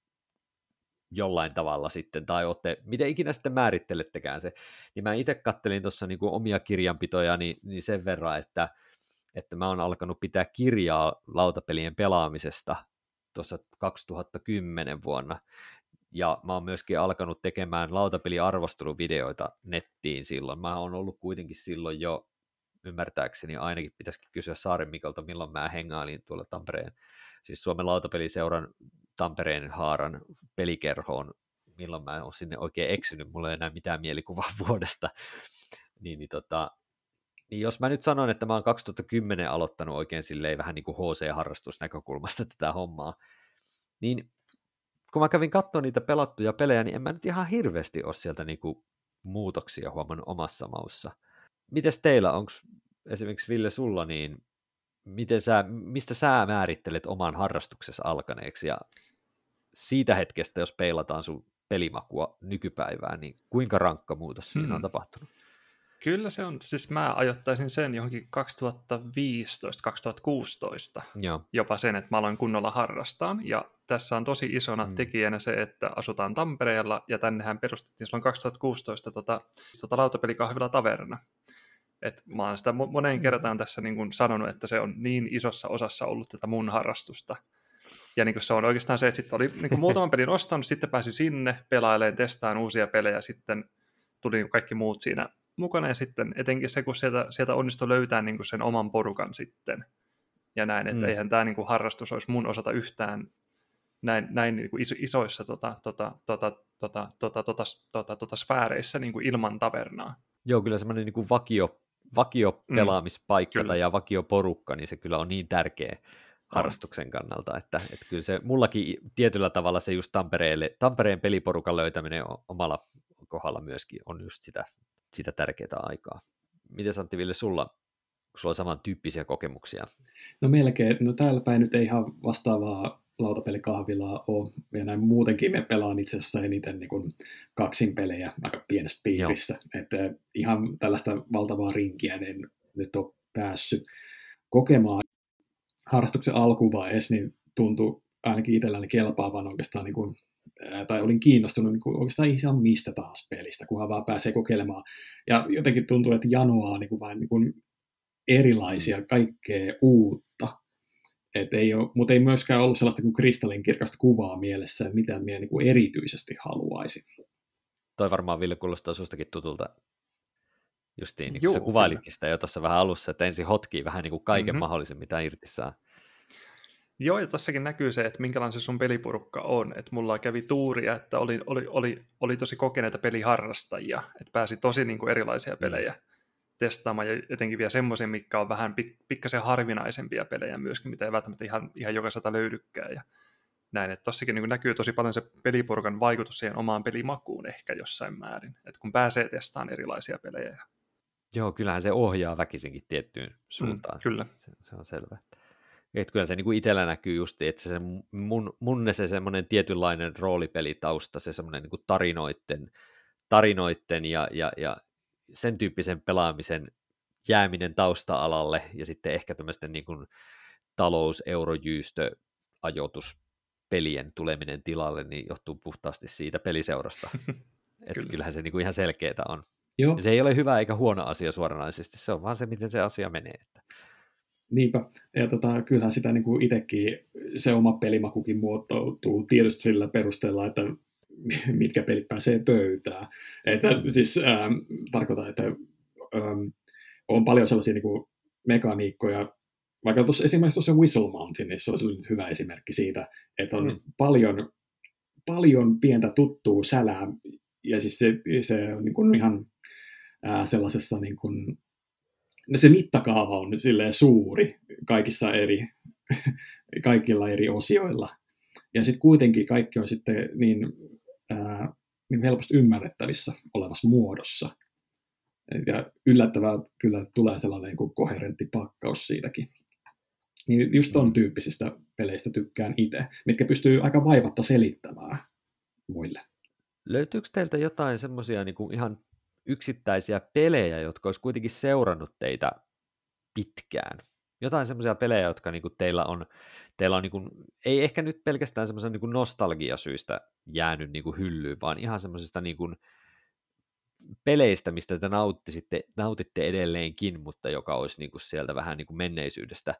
jollain tavalla sitten, tai olette, miten ikinä sitten määrittelettekään se, niin mä itse kattelin tuossa niin kuin omia kirjanpitoja niin, niin sen verran, että, että mä oon alkanut pitää kirjaa lautapelien pelaamisesta tuossa kaksituhattakymmenen vuonna, ja mä oon myöskin alkanut tekemään lautapeliarvosteluvideoita nettiin silloin. Mä oon ollut kuitenkin silloin jo, ymmärtääkseni ainakin pitäisikin kysyä Saaren Mikolta, milloin mä hengailin tuolla Tampereen, siis Suomen lautapeliseuran Tampereen haaran pelikerhoon, milloin mä oon sinne oikein eksynyt, mulla ei enää mitään mielikuvaa vuodesta, niin, niin tota, niin jos mä nyt sanon, että mä oon kaksituhattakymmenen aloittanut oikein silleen vähän niin kuin H C-harrastusnäkökulmasta tätä hommaa, niin kun mä kävin katsomaan niitä pelattuja pelejä, niin en mä nyt ihan hirveästi ole sieltä niin kuin muutoksia huomannut omassa maussa. Mites teillä, onko esimerkiksi Ville sulla, niin miten sä, mistä sä määrittelet oman harrastuksessa alkaneeksi, ja siitä hetkestä, jos peilataan sun pelimakua nykypäivään, niin kuinka rankka muutos siinä hmm. on tapahtunut? Kyllä se on, siis mä ajoittaisin sen johonkin kaksituhattaviisitoista kaksituhattakuusitoista, Joo. jopa sen, että mä aloin kunnolla harrastaan, ja tässä on tosi isona Mm. tekijänä se, että asutaan Tampereella, ja tännehän perustettiin silloin kaksituhattakuusitoista tota, tota lautapelikahvila Taverna. Et mä oon sitä moneen kertaan tässä niin kun sanonut, että se on niin isossa osassa ollut tätä mun harrastusta. Ja niin se on oikeastaan se, että sitten oli niin muutaman pelin ostanut, sitten pääsi sinne pelailemaan, testaan uusia pelejä, sitten tuli kaikki muut siinä mukana, ja sitten etenkin se, kun sieltä, sieltä onnistui löytää niin sen oman porukan sitten, ja näin, että mm. eihän tämä niin harrastus olisi mun osalta yhtään näin, näin niin iso, isoissa tota, tota, tota, tota, tota, tota, tota, tota sfääreissä niin ilman tavernaa. Joo, kyllä semmoinen niin vakio, vakiopelaamispaikka mm, tai ja vakioporukka, niin se kyllä on niin tärkeä harrastuksen kannalta, että, että kyllä se mullakin tietyllä tavalla se just Tampereelle, Tampereen peliporukan löytäminen omalla kohdalla myöskin on just sitä, sitä tärkeää aikaa. Miten Antti Ville, sulla, sulla on samantyyppisiä kokemuksia? No melkein, no täällä päin nyt ei ihan vastaavaa lautapelikahvilaa ole, ja näin muutenkin me pelaan itse asiassa eniten niin kuin kaksin pelejä aika pienessä piirissä, Joo. että ihan tällaista valtavaa rinkiä en nyt ole päässyt kokemaan. Harrastuksen alkuvaiheessa niin tuntui ainakin itselläni kelpaavan oikeastaan, niin kuin, tai olin kiinnostunut niin kuin oikeastaan ihan mistä taas pelistä, kunhan vaan pääsee kokeilemaan. Ja jotenkin tuntuu, että janoaa niin kuin vain niin kuin erilaisia, kaikkea uutta. Et ei ole, mutta ei myöskään ollut sellaista kuin kristallinkirkasta kuvaa mielessä, että mitä minä niin kuin erityisesti haluaisin. Toi varmaan, Ville, kuulostaa sustakin tutulta. Justiin, niin kuin sä kuvailitkin sitä jo tuossa vähän alussa, että ensin hotkii vähän niin kuin kaiken mm-hmm. mahdollisen, mitä irti saa. Joo, ja tossakin näkyy se, että minkälainen se sun pelipurukka on. Että mulla kävi tuuria, että oli, oli, oli, oli tosi kokeneita peliharrastajia, että pääsi tosi niin kuin erilaisia pelejä mm. testaamaan, ja etenkin vielä semmoisia, mitkä on vähän pik- pikkasen harvinaisempia pelejä myöskin, mitä ei välttämättä ihan, ihan jokaiselta löydykään. Ja näin, että tossakin niin kuin näkyy tosi paljon se peliporukan vaikutus siihen omaan pelimakuun ehkä jossain määrin, että kun pääsee testaamaan erilaisia pelejä. Joo, kyllähän se ohjaa väkisinkin tiettyyn suuntaan. Mm, kyllä. Se, se on selvä. Että kyllä se niin kuin itsellä näkyy just, että se mun, munne se semmoinen tietynlainen roolipelitausta, se semmoinen niin kuin tarinoitten, tarinoitten ja, ja, ja sen tyyppisen pelaamisen jääminen tausta-alalle ja sitten ehkä tämmöisten niin kuin talous-, eurojyystö-, ajoituspelien tuleminen tilalle, niin johtuu puhtaasti siitä peliseurasta. Että Kyllä. kyllähän se niin kuin ihan selkeää on. Joo. Ja se ei ole hyvä eikä huono asia suoranaisesti, se on vaan se, miten se asia menee. Niinpä, ja tota, kyllähän sitä niin kuin itsekin, se oma pelimakukin muotoutuu tietysti sillä perusteella, että mitkä pelit pääsee pöytään. Että siis ähm, tarkoitan, että ähm, on paljon sellaisia niin kuin mekaniikkoja, vaikka tuossa, esimerkiksi tuossa Whistle Mountainissa olisi nyt hyvä esimerkki siitä, että on mm. paljon, paljon pientä tuttua sälää, ja siis se, se on niin kuin ihan ää, sellaisessa, niin kuin, se mittakaava on silleen suuri kaikissa eri, kaikilla eri osioilla, ja sitten kuitenkin kaikki on sitten niin, ää, niin helposti ymmärrettävissä olevassa muodossa, ja yllättävää kyllä tulee sellainen niin kuin koherentti pakkaus siitäkin. Niin just ton tyyppisistä peleistä tykkään itse, mitkä pystyy aika vaivatta selittämään muille. Löytyykö teiltä jotain semmoisia niin kuin ihan yksittäisiä pelejä, jotka olisi kuitenkin seurannut teitä pitkään? Jotain semmoisia pelejä, jotka niin kuin teillä on, teillä on niin kuin, ei ehkä nyt pelkästään semmoisen niin kuin nostalgiasyistä jäänyt niin kuin hyllyyn, vaan ihan semmoisista niin kuin peleistä, mistä te nautitte, nautitte edelleenkin, mutta joka olisi niin kuin sieltä vähän niin kuin menneisyydestä.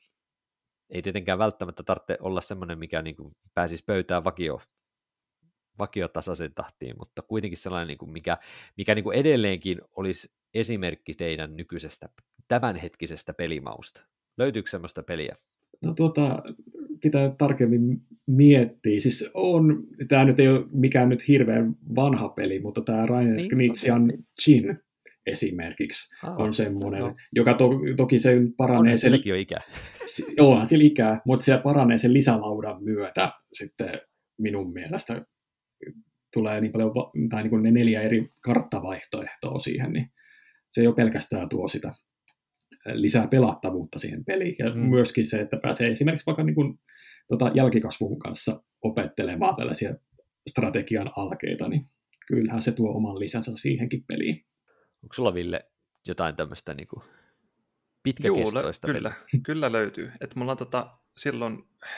Ei tietenkään välttämättä tarvitse olla semmoinen, mikä niin kuin pääsisi pöytään vakio, vakiotasaisen tahtiin, mutta kuitenkin sellainen, niin kuin mikä, mikä niin kuin edelleenkin olisi esimerkki teidän nykyisestä, tämänhetkisestä pelimausta. Löytyykö semmoista peliä? No tuota, pitää tarkemmin miettiä. Siis on, tämä nyt ei ole mikään nyt hirveän vanha peli, mutta tämä Rainer niin, Knizian Djinn esimerkiksi ah, on semmoinen, no. joka to, toki se paranee... On silläkin jo ikää. Onhan sillä ikää, mutta se paranee sen lisälaudan myötä sitten minun mielestä. Tulee niin paljon, tai niin kuin ne neljä eri karttavaihtoehtoa siihen, niin se jo pelkästään tuo sitä lisää pelattavuutta siihen peliin. Ja mm. myöskin se, että pääsee esimerkiksi vaikka niin kuin, tota, jälkikasvun kanssa opettelemaan tällaisia strategian alkeita, niin kyllähän se tuo oman lisänsä siihenkin peliin. Onko sulla, Ville, jotain tämmöistä niin kuin pitkäkestoista Joo, kyllä, kyllä löytyy. Et mulla on tota, silloin,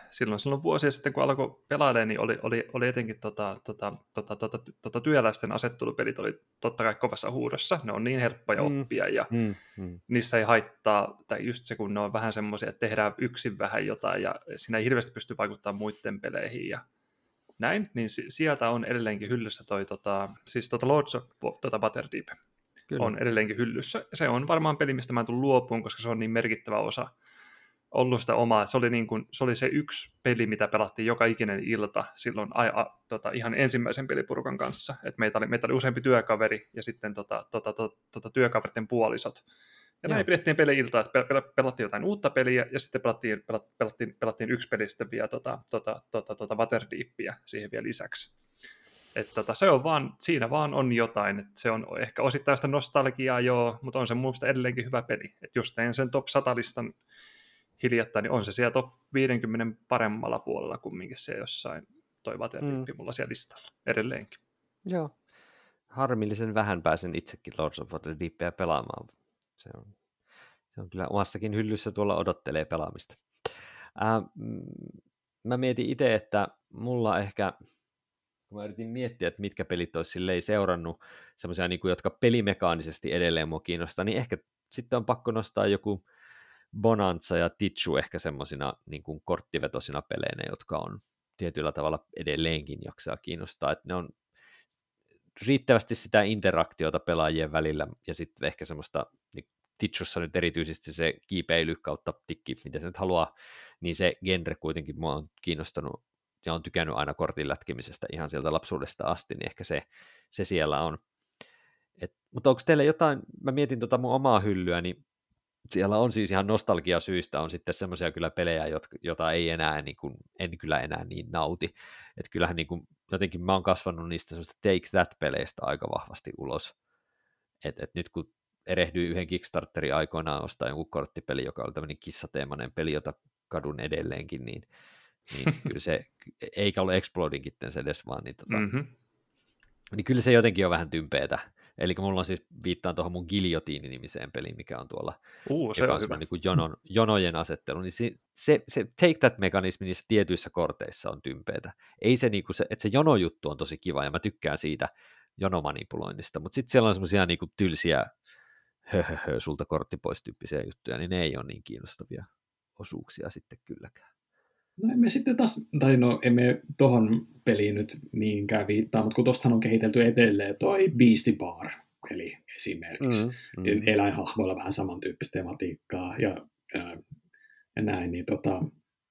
silloin, silloin vuosia sitten, kun alkoi pelailemaan, niin oli, oli, oli etenkin tota, tota, tota, tota, tota, työläisten asettelupelit oli totta kai kovassa huudossa. Ne on niin helppoja Mm, oppia ja mm, mm. niissä ei haittaa, tai just se, kun ne on vähän semmoisia, että tehdään yksin vähän jotain ja siinä ei hirveästi pysty vaikuttamaan muiden peleihin ja näin, niin si- sieltä on edelleenkin hyllyssä toi, tota, siis tota Lords of tota Waterdeep Kyllä. on edelleenkin hyllyssä. Se on varmaan peli, mistä mä tulen luopuun, koska se on niin merkittävä osa ollut sitä omaa. Se oli, niin kuin, se oli se yksi peli, mitä pelattiin joka ikinen ilta silloin a, a, tota, ihan ensimmäisen pelipurukan kanssa. Et meitä, oli, meitä oli useampi työkaveri ja sitten tota, tota, tota, tota, työkaverten puolisot. Ja näin pidettiin peli-iltaa, että pelattiin jotain uutta peliä ja sitten pelattiin, pelattiin, pelattiin yksi peli sitten vielä tota, tota, tota, tota Waterdeepia siihen vielä lisäksi. Että tota, se on vaan, siinä vaan on jotain, että se on ehkä osittain sitä nostalgiaa joo, mutta on se minusta edelleenkin hyvä peli. Että just tein sen top sata-listan hiljattain, niin on se siellä top viisikymmentä paremmalla puolella kumminkin se jossain toi Waterdeep mm. mulla siellä listalla edelleenkin. Joo. Harmillisen vähän pääsen itsekin Lords of Waterdeepia pelaamaan. Se on, se on kyllä omassakin hyllyssä tuolla odottelee pelaamista. Ää, mä mietin itse, että mulla ehkä, kun mä yritin miettiä, että mitkä pelit olisi silleen seurannut, semmoisia, niin kuin, jotka pelimekaanisesti edelleen mua kiinnostaa, niin ehkä sitten on pakko nostaa joku Bonanza ja Tichu ehkä semmoisina niin kuin korttivetosina peleinä, jotka on tietyllä tavalla edelleenkin jaksaa kiinnostaa, että ne on riittävästi sitä interaktiota pelaajien välillä, ja sitten ehkä semmoista, niin Tichussa nyt erityisesti se kiipeily kautta tikki, mitä se nyt haluaa, niin se genre kuitenkin mua on kiinnostanut, ja on tykännyt aina kortin lätkimisestä ihan sieltä lapsuudesta asti, niin ehkä se, se siellä on. Et, mutta onko teillä jotain, mä mietin tota mun omaa hyllyä, niin siellä on siis ihan nostalgiasyistä on sitten semmoisia kyllä pelejä, jotka, jota ei enää, niin kuin, en kyllä enää niin nauti. Että kyllähän niin kuin, jotenkin mä oon kasvanut niistä semmoista Take That-peleistä aika vahvasti ulos. Että et nyt kun erehdyin yhden Kickstarterin aikoinaan ostaa jonkun korttipeli, joka oli tämmöinen kissateemainen peli, jota kadun edelleenkin, niin, niin kyllä se, eikä ole Exploding Kittens edes vaan, niin, tota, mm-hmm. niin kyllä se jotenkin on vähän tympeetä. Eli mulla on siis, viittaan tuohon mun Giljotiini-nimiseen peliin, mikä on tuolla, uh, se joka on on niin kuin jonon, jonojen asettelu, niin se, se, se take that-mekanismi niissä tietyissä korteissa on tympeätä. Ei se, niin kuin se, että se jonojuttu on tosi kiva, ja mä tykkään siitä jonomanipuloinnista, mutta sitten siellä on semmoisia niin kuin tylsiä höhöhö, sulta kortti pois tyyppisiä juttuja, niin ne ei ole niin kiinnostavia osuuksia sitten kylläkään. No emme sitten taas, tai no emme tohon peliin nyt niinkään viittaa, mutta kun tostahan on kehitelty edelleen toi Beastie Bar-peli esimerkiksi. Mm, mm. Eläinhahmoilla vähän samantyyppistä tematiikkaa ja, ja, ja näin, niin tota,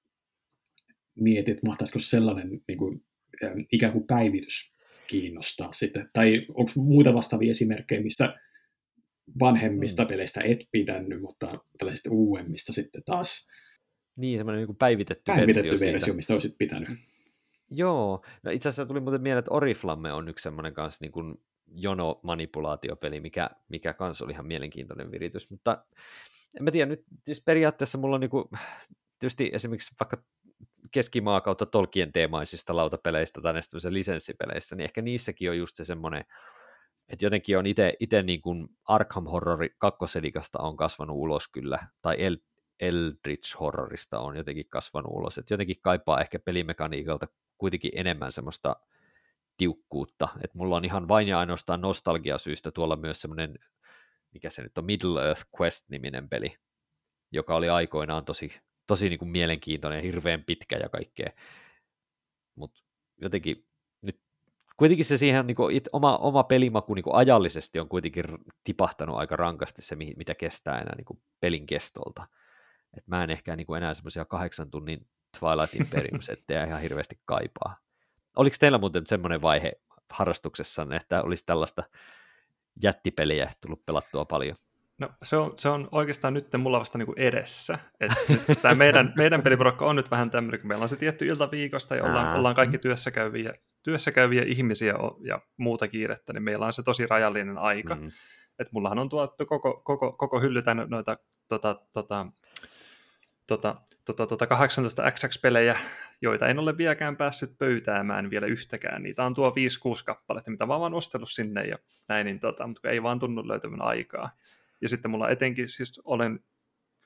mietit, mahtaisiko sellainen niin kuin, ikään kuin päivitys kiinnostaa sitten, tai onko muita vastaavia esimerkkejä, mistä vanhemmista mm. peleistä et pidännyt, mutta tällaisista uudemmista sitten taas niin, semmoinen niin päivitetty, päivitetty versio, versio mistä olisit pitänyt. Joo, no itse asiassa tuli muuten mieleen, että Oriflamme on yksi semmoinen kanssa niin kuin jono-manipulaatiopeli, mikä, mikä kanssa oli ihan mielenkiintoinen viritys, mutta en mä tiedä, nyt siis periaatteessa mulla on niin kuin, tietysti esimerkiksi vaikka keskimaa kautta Tolkien teemaisista lautapeleistä tai näistä lisenssipeleistä, niin ehkä niissäkin on just se semmoinen, että jotenkin on itse niin kuin Arkham Horror kakkosedikasta on kasvanut ulos kyllä, tai El Eldritch Horrorista on jotenkin kasvanut ulos, että jotenkin kaipaa ehkä pelimekaniikalta kuitenkin enemmän semmoista tiukkuutta, että mulla on ihan vain ja ainoastaan nostalgiasyistä tuolla myös semmoinen, mikä se nyt on, Middle Earth Quest-niminen peli, joka oli aikoinaan tosi, tosi niin kuin mielenkiintoinen ja hirveän pitkä ja kaikkea, mutta jotenkin nyt kuitenkin se siihen niin kuin, it, oma, oma pelimaku niin kuin ajallisesti on kuitenkin tipahtanut aika rankasti se, mitä kestää enää niin kuin pelin kestolta. Et mä en ehkä niinku enää semmoisia kahdeksan tunnin Twilight Imperium-settejä ihan hirveästi kaipaa. Oliko teillä muuten semmoinen vaihe harrastuksessanne, että olisi tällaista jättipeliä tullut pelattua paljon? No se on, se on oikeastaan nyt mulla vasta niinku edessä. Et nyt tämä meidän, meidän peliporukka on nyt vähän tämmöinen, kun meillä on se tietty ilta viikosta ja ollaan, ollaan kaikki työssäkäyviä, työssäkäyviä ihmisiä ja muuta kiirettä, niin meillä on se tosi rajallinen aika. Mm. Että mullahan on tuotu koko, koko, koko hylly täynnä noita tota, tota, Tota, tota, tota kahdeksantoista X X-pelejä, joita en ole vieläkään päässyt pöytäämään vielä yhtäkään. Niitä on tuo viisi kuusi kappaletta, mitä mä oon vaan ostellut sinne ja näin, niin tota, mutta ei vaan tunnu löytämään aikaa. Ja sitten mulla etenkin, siis olen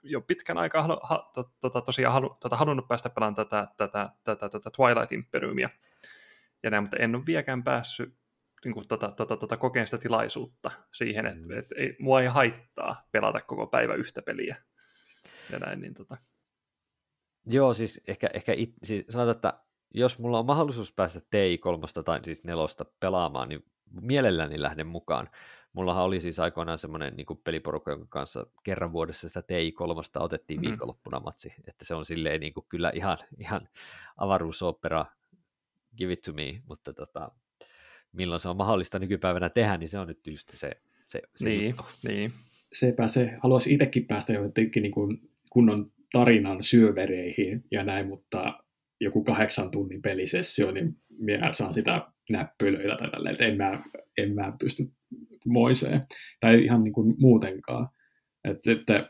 jo pitkän aikaa halu, ha, to, to, tosiaan halu, tota, halunnut päästä pelaamaan tätä, tätä, tätä, tätä Twilight Imperiumia, ja näin, mutta en ole vieläkään päässyt niin kuin, tota, tota, tota, kokeen sitä tilaisuutta siihen, että mm. et, ei, mua ei haittaa pelata koko päivä yhtä peliä. Ja näin, niin tota. Joo, siis ehkä, ehkä it, siis sanotaan, että jos mulla on mahdollisuus päästä T I kolme tai siis nelosta pelaamaan, niin mielelläni lähden mukaan. Mullahan oli siis aikoinaan semmoinen niin peliporukka, jonka kanssa kerran vuodessa sitä T I kolme otettiin mm-hmm. viikonloppuna matsi, että se on silleen niin kuin kyllä ihan, ihan avaruusopera, give it to me, mutta tota, milloin se on mahdollista nykypäivänä tehdä, niin se on nyt just se, se, se niin, niin. Sepä se, haluaisi itsekin päästä jotenkin niin kuin kunnon tarinan syövereihin ja näin, mutta joku kahdeksan tunnin pelisessio, niin minä saan sitä näppylöitä tai tälleen, että en mä, en mä pysty moiseen. Tai ihan niin kuin muutenkaan. Että, että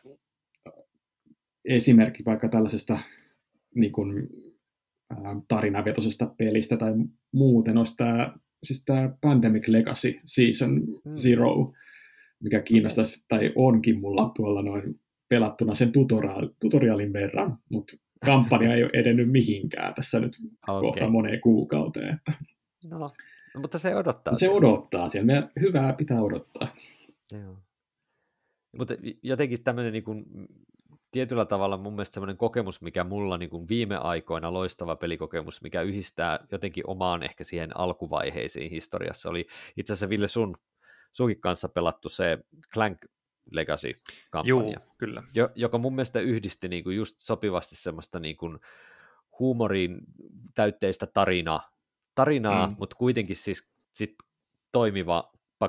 esimerkki vaikka tällaisesta niin kuin, ä, tarinavetoisesta pelistä tai muuten olisi tämä, siis tämä Pandemic Legacy Season mm. Zero, mikä kiinnostaisi, okay. tai onkin mulla tuolla noin pelattuna sen tutorial, tutorialin verran, mutta kampanja ei ole edennyt mihinkään tässä nyt okay. kohta moneen kuukauteen. Että. No, no, mutta se odottaa. Se siellä. odottaa siellä. Meidän hyvää pitää odottaa. Joo. Mutta jotenkin tämmöinen niin kuin, tietyllä tavalla mun mielestä semmoinen kokemus, mikä mulla niin kuin viime aikoina loistava pelikokemus, mikä yhdistää jotenkin omaan ehkä siihen alkuvaiheisiin historiassa, oli itse asiassa Ville sun, sunkin kanssa pelattu se Clank Legacy-kampanja, Juu, kyllä. Jo, joka mun mielestä yhdisti niin kuin just sopivasti semmoista niin kuin huumorin täytteistä tarinaa, tarinaa mm. mutta kuitenkin siis sit toimiva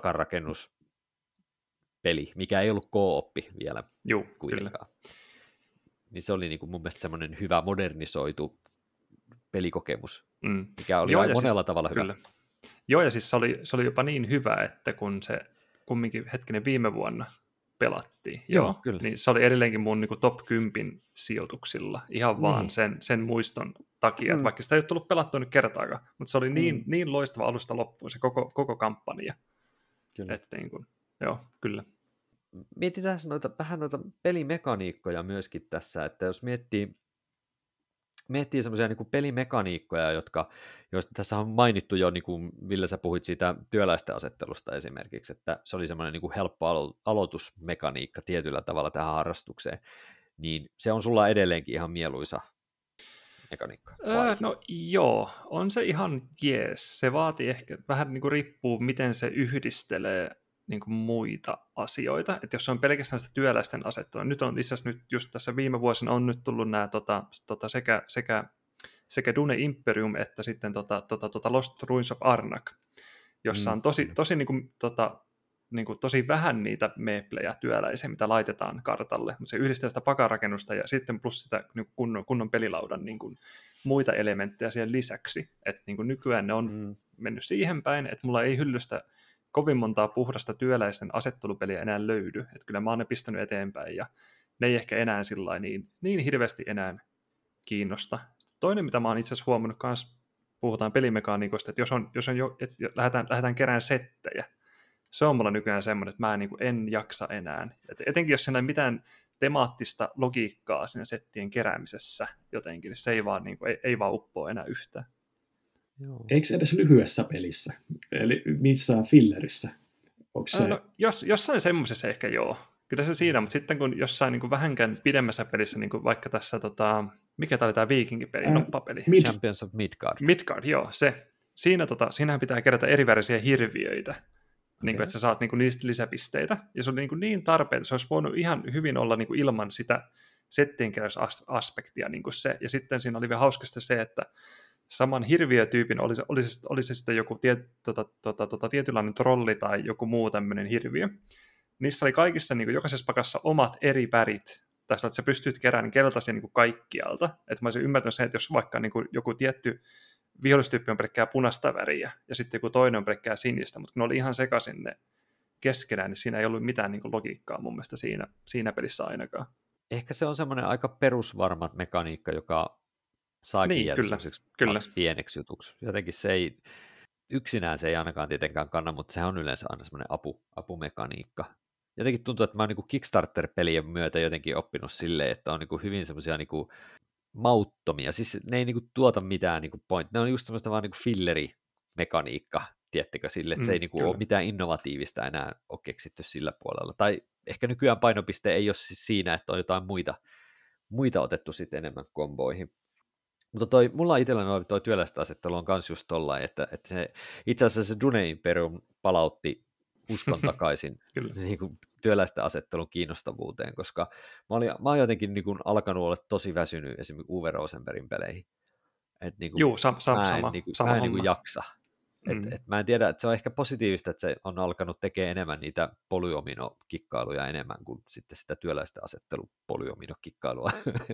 pakanrakennuspeli, mikä ei ollut co-oppi vielä Juu, kuitenkaan. Kyllä. Niin se oli niin kuin mun mielestä semmoinen hyvä modernisoitu pelikokemus, mm. mikä oli Joo, monella siis, tavalla kyllä. hyvä. Joo, ja siis se oli, se oli jopa niin hyvä, että kun se kumminkin hetkinen viime vuonna pelattiin. Joo, Joo, kyllä. Niin se oli edelleenkin mun niin kuin top kymmenen sijoituksilla, ihan vaan niin. sen, sen, muiston takia, mm. vaikka sitä ei ole tullut pelattua nyt kertaakaan, mutta se oli niin, mm. niin loistava alusta loppuun se koko, koko kampanja. Kyllä. Että niin kuin, joo, kyllä. Mietitään noita, vähän noita pelimekaniikkoja myöskin tässä, että jos miettii, miettii semmoisia niin kuin pelimekaniikkoja, jotka, joista tässä on mainittu jo, niin kuin Ville, sä puhuit siitä työläisten asettelusta esimerkiksi, että se oli semmoinen niin kuin helppo alo- aloitusmekaniikka tietyllä tavalla tähän harrastukseen, niin se on sulla edelleenkin ihan mieluisa mekaniikka? Öö, no joo, on se ihan jees. Se vaatii ehkä, vähän niin kuin riippuu, miten se yhdistelee niin kuin muita asioita, että jos on pelkästään sitä työläisten asettelua, nyt on itse asiassa nyt just tässä viime vuosina on nyt tullut nämä tota, tota sekä, sekä, sekä Dune Imperium että sitten tota, tota, tota Lost Ruins of Arnak, jossa on tosi, tosi, niin kuin, tota, niin kuin, tosi vähän niitä meeplejä työläisiä, mitä laitetaan kartalle, mutta se yhdistää sitä pakarakennusta ja sitten plus sitä niin kunnon, kunnon pelilaudan niin kuin, muita elementtejä siihen lisäksi, että niin kuin, nykyään ne on mm. mennyt siihen päin, että mulla ei hyllystä kovin montaa puhdasta työläisten asettelupeliä enää löydy, että kyllä mä oon ne pistänyt eteenpäin, ja ne ei ehkä enää sillä niin, niin hirveästi enää kiinnosta. Sitten toinen, mitä mä oon itse asiassa huomannut kanssa, puhutaan pelimekaniikoista, että jos, on, jos on jo, että lähdetään, lähdetään kerään settejä, se on mulla nykyään semmoinen, että mä en, niin kuin, en jaksa enää. Et etenkin jos siinä ei mitään temaattista logiikkaa siinä settien keräämisessä jotenkin, niin se ei vaan, niin kuin, ei, ei vaan uppoa enää yhtään. Joo. Eikö edes lyhyessä pelissä? Eli missään fillerissä? Onko se... no, jos, jossain semmoisessa ehkä joo. Kyllä se siinä, mutta sitten kun jossain niin kuin vähänkään pidemmässä pelissä, niin kuin vaikka tässä, tota, mikä tämä oli tämä viikingipeli, äh, noppapeli? Mid- Champions of Midgard. Midgard, joo, se. Siinä, tota, siinähän pitää kerätä erivärisiä hirviöitä, okay. niin kuin, että sä saat niin kuin, niistä lisäpisteitä. Ja se on niin, kuin, niin tarpeen, se olisi voinut ihan hyvin olla niin kuin, ilman sitä settienkeräysaspektia niin kuin se. Ja sitten siinä oli vielä hauskasti se, että saman hirviötyypin, oli se, oli se, oli se sitten joku tiet, tota, tota, tota, tietynlainen trolli tai joku muu tämmöinen hirviö. Niissä oli kaikissa, niin kuin jokaisessa pakassa omat eri värit. Tässä, että sä pystyt keräämään keltaisia niin kuin kaikkialta. Että mä olisin ymmärtänyt sen, että jos vaikka niin kuin joku tietty vihollistyyppi on pelkkää punaista väriä, ja sitten joku toinen on pelkkää sinistä, mutta kun ne oli ihan sekaisin ne keskenään, niin siinä ei ollut mitään niin kuin logiikkaa mun mielestä siinä, siinä pelissä ainakaan. Ehkä se on semmoinen aika perusvarma mekaniikka, joka saakin niin, jäädä kyllä, kyllä. pieneksi jutuksi. Jotenkin se ei, yksinään se ei ainakaan tietenkään kanna, mutta sehän on yleensä aina semmoinen apu, apumekaniikka. jotenkin tuntuu, että mä oon niin kuin Kickstarter-pelien myötä jotenkin oppinut silleen, että on niin kuin hyvin semmoisia niin kuin mauttomia, siis ne ei niin kuin tuota mitään niin kuin point, ne on just semmoista vaan niin kuin fillerimekaniikka, tiettekö sille, että se ei Mm, niin kuin kyllä. ole mitään innovatiivista enää ole keksitty sillä puolella, tai ehkä nykyään painopiste ei ole siis siinä, että on jotain muita, muita otettu sitten enemmän komboihin. Mutta toi, mulla itselläni oli toi työläistä asettelu on kans just tollain, että, että se, itse asiassa se Dune Imperium palautti uskon takaisin niin kuin työläisten asettelun kiinnostavuuteen, koska mä, olin, mä oon jotenkin niin kuin alkanut olla tosi väsynyt esimerkiksi Uwe Rosenbergin peleihin. Et niin kuin, Juu, sam, sam, mä en, sama, niin kuin, sama mä en homma. niin kuin jaksa. Et, Mm. et mä en tiedä, että se on ehkä positiivista, että se on alkanut tekemään enemmän niitä polyomino-kikkailuja enemmän kuin sitten sitä työläisten asettelu polyomino-kikkailua.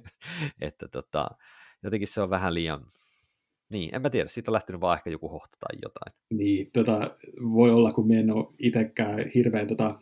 että tota, jotenkin se on vähän liian, niin, en mä tiedä, siitä on lähtenyt vaan ehkä joku hohto tai jotain. Niin, tota, voi olla, kun me en ole itsekään hirveän tota,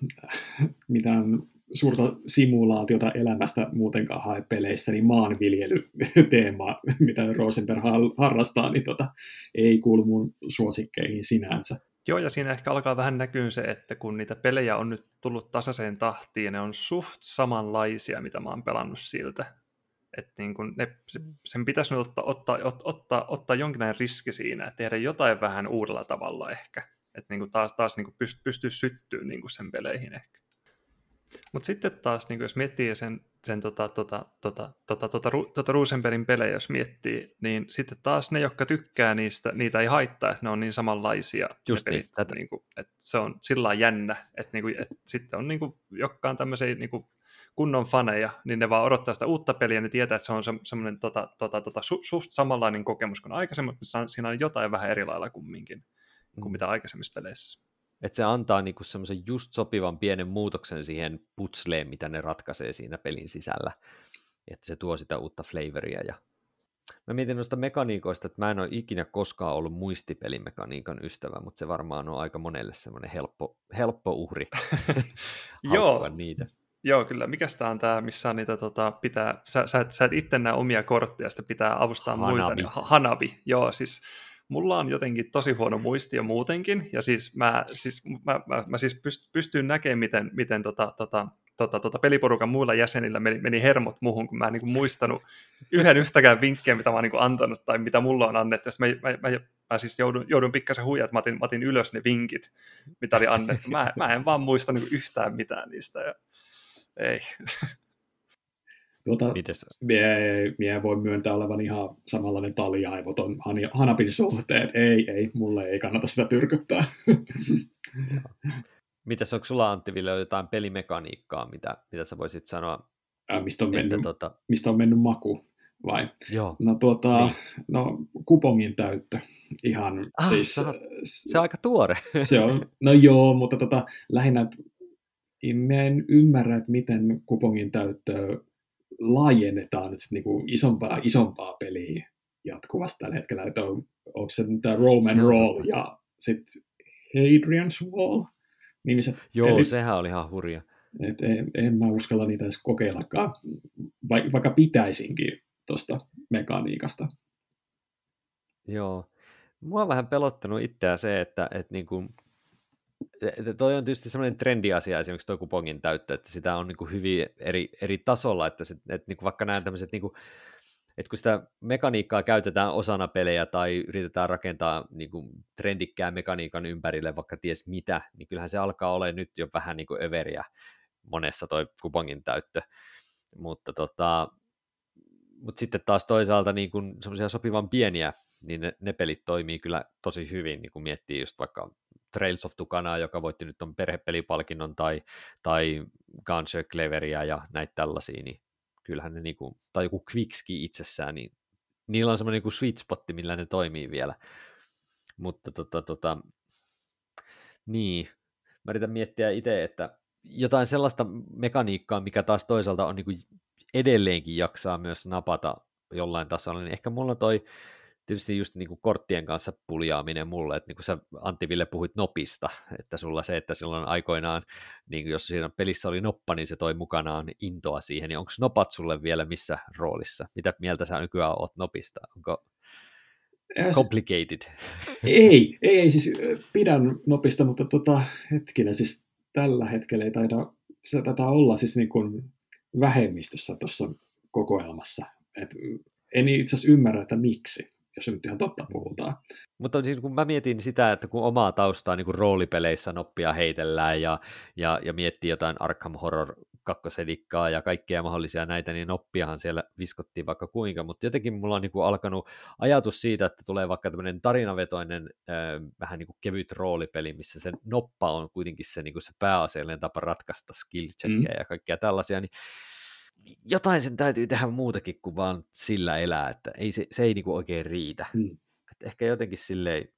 mitään suurta simulaatiota elämästä muutenkaan hae peleissä, niin maanviljelyteema, mitä Rosenberg harrastaa, niin tota, ei kuulu mun suosikkeihin sinänsä. Joo, ja siinä ehkä alkaa vähän näkyä se, että kun niitä pelejä on nyt tullut tasaiseen tahtiin, ja ne on suht samanlaisia, mitä mä oon pelannut siltä. Että niin kun ne, sen pitäisi nyt ottaa, ottaa, ottaa, ottaa jonkinlainen riski siinä, että tehdä jotain vähän uudella tavalla ehkä. Että niin taas, taas niin pyst, pystyy syttyä niin sen peleihin ehkä. Mutta sitten taas, niin jos miettii sen, sen tota, tota, tota, tota, tota, tota Rosenbergin pelejä, jos miettii, niin sitten taas ne, jotka tykkää niistä, niitä ei haittaa, että ne on niin samanlaisia. Just ne niin. pelit, niin kuin, että se on sillä lailla jännä, että, niin kuin, että sitten on niin kuin, jotka on tämmöisiä niin kuin, kunnon faneja, niin ne vaan odottaa sitä uutta peliä, ja ne tietää, että se on se, semmoinen tota, tota, tota, su, suht samanlainen kokemus kuin aikaisemmin, mutta siinä on jotain vähän eri lailla kumminkin kuin mitä aikaisemmissa peleissä. Että se antaa niinku semmoisen just sopivan pienen muutoksen siihen putsleen, mitä ne ratkaisee siinä pelin sisällä. Että se tuo sitä uutta flavoria. Ja mä mietin noista mekaniikoista, että mä en ole ikinä koskaan ollut muistipelimekaniikan ystävä, mutta se varmaan on aika monelle semmoinen helppo, helppo uhri Joo. niitä. Joo, kyllä. Mikäs tää on tää, missä on niitä, tota, pitää, sä, sä, et, sä et itse näe omia kortteja, sitä pitää avustaa Hanabi. muita. Niin, Hanabi, joo, siis mulla on jotenkin tosi huono muisti jo muutenkin, ja siis mä, siis, mä, mä, mä siis pyst, pystyn näkemään, miten, miten tota, tota, tota, tota peliporukan muilla jäsenillä meni, meni hermot muuhun, kun mä en niin kuin muistanut yhden yhtäkään vinkkiä, mitä mä oon niin kuin antanut, tai mitä mulla on annettu. Mä, mä, mä, mä siis joudun, joudun pikkasen huijaa, että mä otin, mä otin ylös ne vinkit, mitä oli annettu. Mä, mä en vaan muista niin kuin yhtään mitään niistä, ja ei. Tuota, Mites? mie, mie voi myöntää olevan ihan samanlainen taliaivoton Hanapin suhteet. Ei, ei, mulle ei kannata sitä tyrkyttää. Mites, onko sulla Antti Ville jotain pelimekaniikkaa, mitä, mitä sä voisit sanoa? Ää, mistä, on mennyt, että, tota... mistä on mennyt maku, vai? Joo. No, tuota, niin. no kupongin täyttö. Ihan, ah, siis, sä, se on aika tuore. se on, no joo, mutta tota, lähinnä, että mä en ymmärrä, että miten kupongin täyttöä laajennetaan nyt niinku isompaa, isompaa peliä jatkuvasti tällä hetkellä, että on, onko se tämä Roman Roll ja sitten Hadrian's Wall nimiset Joo, pelit. Sehän oli ihan hurja. Et en, en mä uskalla niitä edes kokeillakaan, vaikka pitäisinkin tuosta mekaniikasta. Joo. Mua on vähän pelottanut itseä se, että, että niinku, että toi on tietysti semmoinen trendiasia esimerkiksi toi kupongin täyttö, että sitä on niinku hyvin eri, eri tasolla, että, se, että niinku vaikka nämä tämmöiset, niinku, että kun sitä mekaniikkaa käytetään osana pelejä tai yritetään rakentaa niinku trendikkään mekaniikan ympärille vaikka ties mitä, niin kyllähän se alkaa olla nyt jo vähän niinku överiä monessa toi kupongin täyttö, mutta tota, mutta sitten taas toisaalta niin kun semmoisia sopivan pieniä, niin ne, ne pelit toimii kyllä tosi hyvin, niin kun miettii just vaikka Trails of Tucanaa, joka voitti nyt ton perhepelipalkinnon, tai, tai Gunsher Cleveria ja näitä tällaisia, niin kyllähän ne, niin kun, tai joku Quickski itsessään, niin niillä on semmoinen niin sweet spotti, millä ne toimii vielä. Mutta tota, tota, niin, mä yritän miettiä itse, että jotain sellaista mekaniikkaa, mikä taas toisaalta on niin kuin edelleenkin jaksaa myös napata jollain tasolla, niin ehkä mulla toi tietysti just niin kuin korttien kanssa puljaaminen mulle, että niin kuin sä Antti Ville puhuit nopista, että sulla se, että silloin aikoinaan, niin jos siinä pelissä oli noppa, niin se toi mukanaan intoa siihen, niin onko nopat sulle vielä missä roolissa? Mitä mieltä sä nykyään oot nopista? Onko complicated? Ei, ei, ei siis pidän nopista, mutta tota, hetkinen, siis tällä hetkellä ei taida se taitaa olla siis niin kuin vähemmistössä tuossa kokoelmassa. Et en itse asiassa ymmärrä, että miksi, jos nyt ihan totta puhutaan. Mutta siis kun mä mietin sitä, että kun omaa taustaa niin kuin roolipeleissä noppia heitellään ja, ja, ja miettii jotain Arkham Horror kakkosedikkaa ja kaikkia mahdollisia näitä, niin noppiahan siellä viskottiin vaikka kuinka, mutta jotenkin mulla on niin kuin alkanut ajatus siitä, että tulee vaikka tämmöinen tarinavetoinen äh, vähän niin kuin kevyt roolipeli, missä se noppa on kuitenkin se, niin kuin se pääasiallinen tapa ratkaista skill checkkejä mm. ja kaikkia tällaisia, niin jotain sen täytyy tehdä muutakin kuin vaan sillä elää, että ei, se, se ei niin kuin oikein riitä. Mm. Että ehkä jotenkin silleen,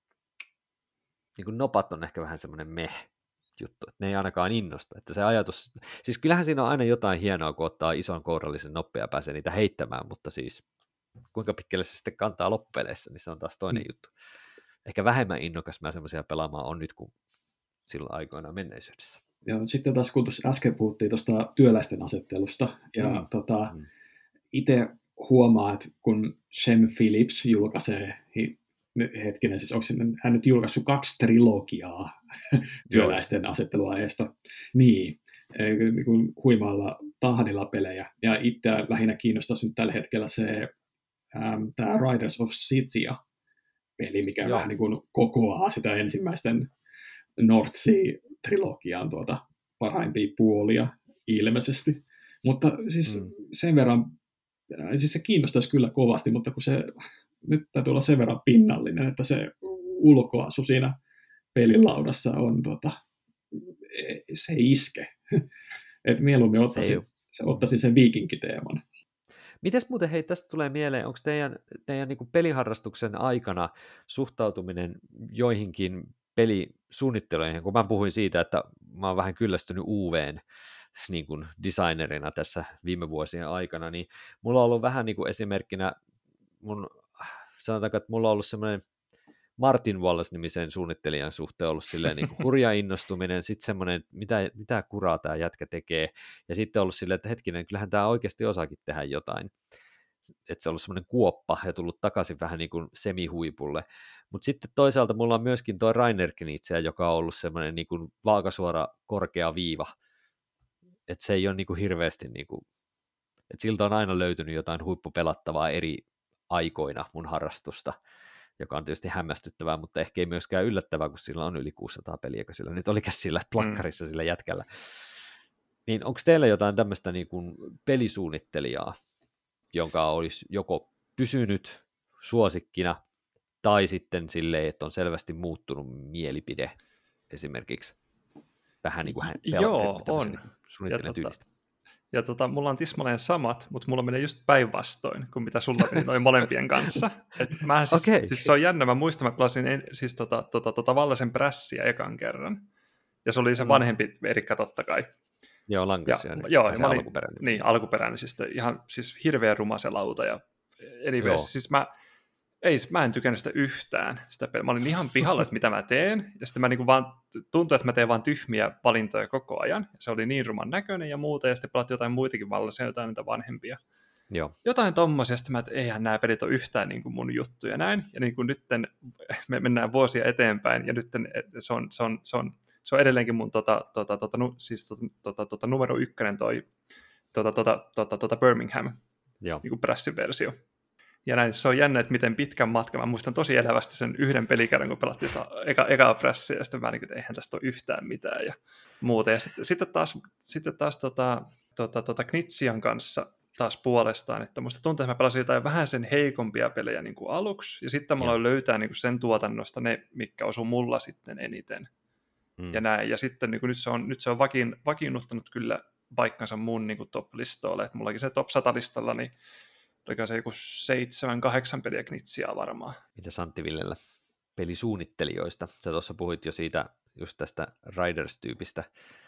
niin kuin nopat on ehkä vähän semmoinen meh juttu, että ne ei ainakaan innosta. Että se ajatus, siis kyllähän siinä on aina jotain hienoa, kun ottaa ison kourallisen noppia ja pääsee niitä heittämään, mutta siis kuinka pitkälle se sitten kantaa loppupeleissä, niin se on taas toinen mm. juttu. Ehkä vähemmän innokas mä semmoisia pelaamaan on nyt kuin silloin aikoinaan menneisyydessä. Ja sitten taas kun tuossa äsken puhuttiin tuosta työläisten asettelusta, ja mm. tota, mm. itse huomaa, että kun Shem Phillips julkaisee, hetkinen, siis onko hän nyt julkaissut kaksi trilogiaa työläisten asetteluaiheesta, niin, niin huimaalla tahdilla pelejä, ja itse lähinnä kiinnostaisi nyt tällä hetkellä se ähm, tämä Riders of Scythia-peli, mikä Joo. vähän niin kuin kokoaa sitä ensimmäisten North Sea-trilogiaan tuota parhaimpia puolia ilmeisesti. Mutta siis mm. sen verran, siis se kiinnostaisi kyllä kovasti, mutta kun se nyt täytyy olla sen verran pinnallinen, että se ulkoasu siinä pelilaudassa on, tuota, se ei iske. Et mieluummin ottaisin, se ottaisin sen viikinkiteeman. Mites muuten, hei, tästä tulee mieleen, onko teidän, teidän niin kuin peliharrastuksen aikana suhtautuminen joihinkin pelisuunnitteluihin, kun mä puhuin siitä, että mä oon vähän kyllästynyt U V:n niin kuin designerina tässä viime vuosien aikana, niin mulla on ollut vähän niin kuin esimerkkinä mun, sanotaanko, että mulla on ollut semmoinen Martin Wallace-nimisen suunnittelijan suhteen ollut silleen niin kuin hurja innostuminen, sitten semmoinen, mitä, mitä kuraa tämä jätkä tekee, ja sitten ollut silleen, että hetkinen, kyllähän tämä oikeasti osaakin tehdä jotain. Että se on ollut semmoinen kuoppa ja tullut takaisin vähän niin kuin semihuipulle. Mutta sitten toisaalta mulla on myöskin toi Rainer Knizia, joka on ollut semmoinen niin kuin vaakasuora korkea viiva. Että se ei ole niin kuin hirveästi, niin kuin, että siltä on aina löytynyt jotain huippupelattavaa eri aikoina mun harrastusta, joka on tietysti hämmästyttävää, mutta ehkä ei myöskään yllättävää, kun sillä on yli kuusisataa peliä, kun sillä nyt olikin sillä plakkarissa mm. sillä jätkällä. Niin onko teillä jotain tämmöistä niin kuin pelisuunnittelijaa, jonka olisi joko pysynyt suosikkina, tai sitten silleen, että on selvästi muuttunut mielipide esimerkiksi vähän niin kuin hän Joo, on. Suunnittelijan tyylistä. Ja tota, mulla on tismalleen samat, mutta mulla menee just päinvastoin kuin mitä sulla meni noin molempien kanssa. Et mä siis, okay. siis se on jännä, mä muistan, mä pelasin en, siis tota, tota, tota Vallasen prässiä ekan kerran. Ja se oli se vanhempi Erikka totta kai. Joo, Lancashire. Joo, ja mä alkuperäinen. Niin, alkuperäinen. Siis ihan siis hirveän ruma se lauta. Ja anyways, siis mä, ei, mä en tykännyt sitä yhtään. Sitä mä olin ihan pihalla, että mitä mä teen. Ja sitten mä niinku vaan, tuntui, että mä teen vaan tyhmiä valintoja koko ajan. Se oli niin ruman näköinen ja muuta. Ja sitten pelattiin jotain muitakin Vallasia, jotain niitä vanhempia. Joo. Jotain tommosia. Sitten mä, että eihän nämä pelit ole yhtään niin kuin mun juttuja näin. Ja niin kuin nytten me mennään vuosia eteenpäin. Ja nytten se on... Se on, se on Se on edelleenkin mun tota, tota, tota, nu, siis, tota, tota, tota, numero ykkönen toi tota, tota, tota, tota Birmingham, niin kuin Brassin versio. Ja näin, se on jännä, että miten pitkän matkan. Mä muistan tosi elävästi sen yhden pelikerran, kun pelattiin sitä eka, ekaa Brassia, ja sitten mä niin, että eihän tästä ole yhtään mitään ja muuta. Ja sitten, sitten taas, sitten taas tota, tota, tota Knizian kanssa taas puolestaan, että musta tuntuu, että mä pelasin jotain vähän sen heikompia pelejä niin kuin aluksi, ja sitten mulla löytää niin kuin sen tuotannosta ne, mitkä osuu mulla sitten eniten. Mm. Ja näin, ja sitten niin kuin nyt se on, nyt se on vakiin, vakiinnuttanut kyllä paikkansa mun niin kuin top-listoille, että mullakin se top sata-listalla, niin oliko se joku seitsemän, kahdeksan peliä Kniziaa varmaan. Mitä Antti Villellä pelisuunnittelijoista? Sä tuossa puhuit jo siitä, just tästä Riders-tyypistä.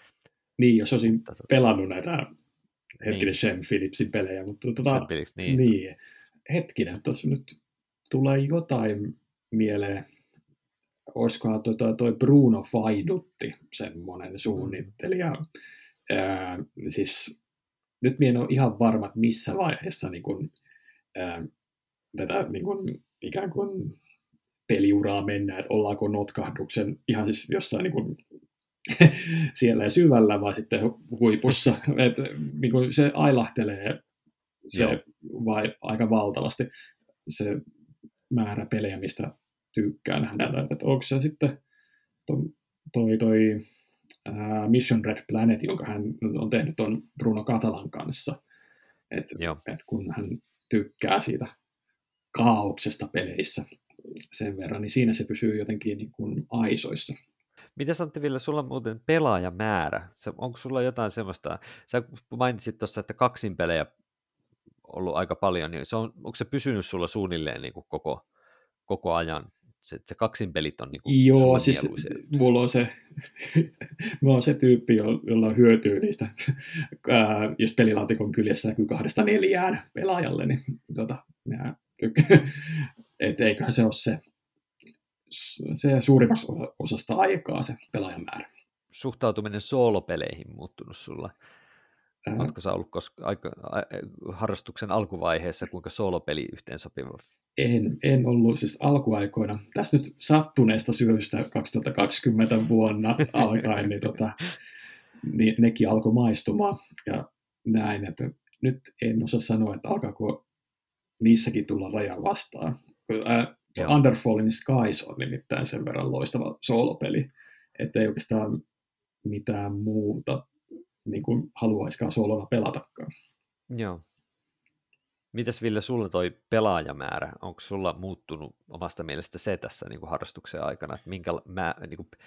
Niin, jos olisin pelannut näitä hetkinen niin. Shem Phillipsin pelejä, mutta tota, Phillips, niin. niin, hetkinen, tuossa nyt tulee jotain mieleen. Olisikohan toi, toi Bruno Faidutti semmoinen suunnittelija. Mm. Ää, siis, nyt minä en ole ihan varma, että missä vaiheessa niin kun, ää, tätä niin kun, ikään kuin peliuraa mennään, että ollaanko notkahduksen ihan siis jossain niin kun, siellä ja syvällä, vaan sitten huipussa. Et, niin kuin se ailahtelee se vai, aika valtavasti se määrä pelejä, mistä tykkään nähdä. Että onko se sitten toi, toi, toi uh, Mission Red Planet, jonka hän on tehnyt on Bruno Catalan kanssa. Että et kun hän tykkää siitä kaauksesta peleissä sen verran, niin siinä se pysyy jotenkin niin kuin aisoissa. Miten Antti Ville, sulla on muuten pelaajamäärä? Onko sulla jotain semmoista, sä mainitsit tuossa, että kaksin pelejä ollut aika paljon, niin se on, onko se pysynyt sulla suunnilleen niin kuin koko, koko ajan? Se, se kaksin pelit on niin kuin Joo, siis mieluisia. Mulla on se, mä oon se tyyppi, jolla hyötyy niistä, jos pelilaatikon kyljessä näkyy kahdesta neljään pelaajalle, niin tota, mä tykkään, että eiköhän se ole se, se suurimmaksi osasta aikaa se pelaajan määrä. Suhtautuminen soolopeleihin muuttunut sulla? Oletko sä ollut koska, aika, a, harrastuksen alkuvaiheessa, kuinka soolopeli yhteensopiva? En, en ollut siis alkuaikoina. Tässä nyt sattuneesta syystä kaksituhattakaksikymmentä vuonna alkaen, niin, tota, niin nekin alkoi maistumaan. Ja näin, että nyt en osaa sanoa, että alkaako niissäkin tulla raja vastaan. Ää, Underfall in Skies on nimittäin sen verran loistava soolopeli, että ei oikeastaan mitään muuta niin kuin haluaisikaan soolona pelatakaan. Joo. Mitäs Ville, sulla toi pelaajamäärä, onko sulla muuttunut omasta mielestä se tässä niin kuin harrastuksen aikana, että minkä mä, niin kuin,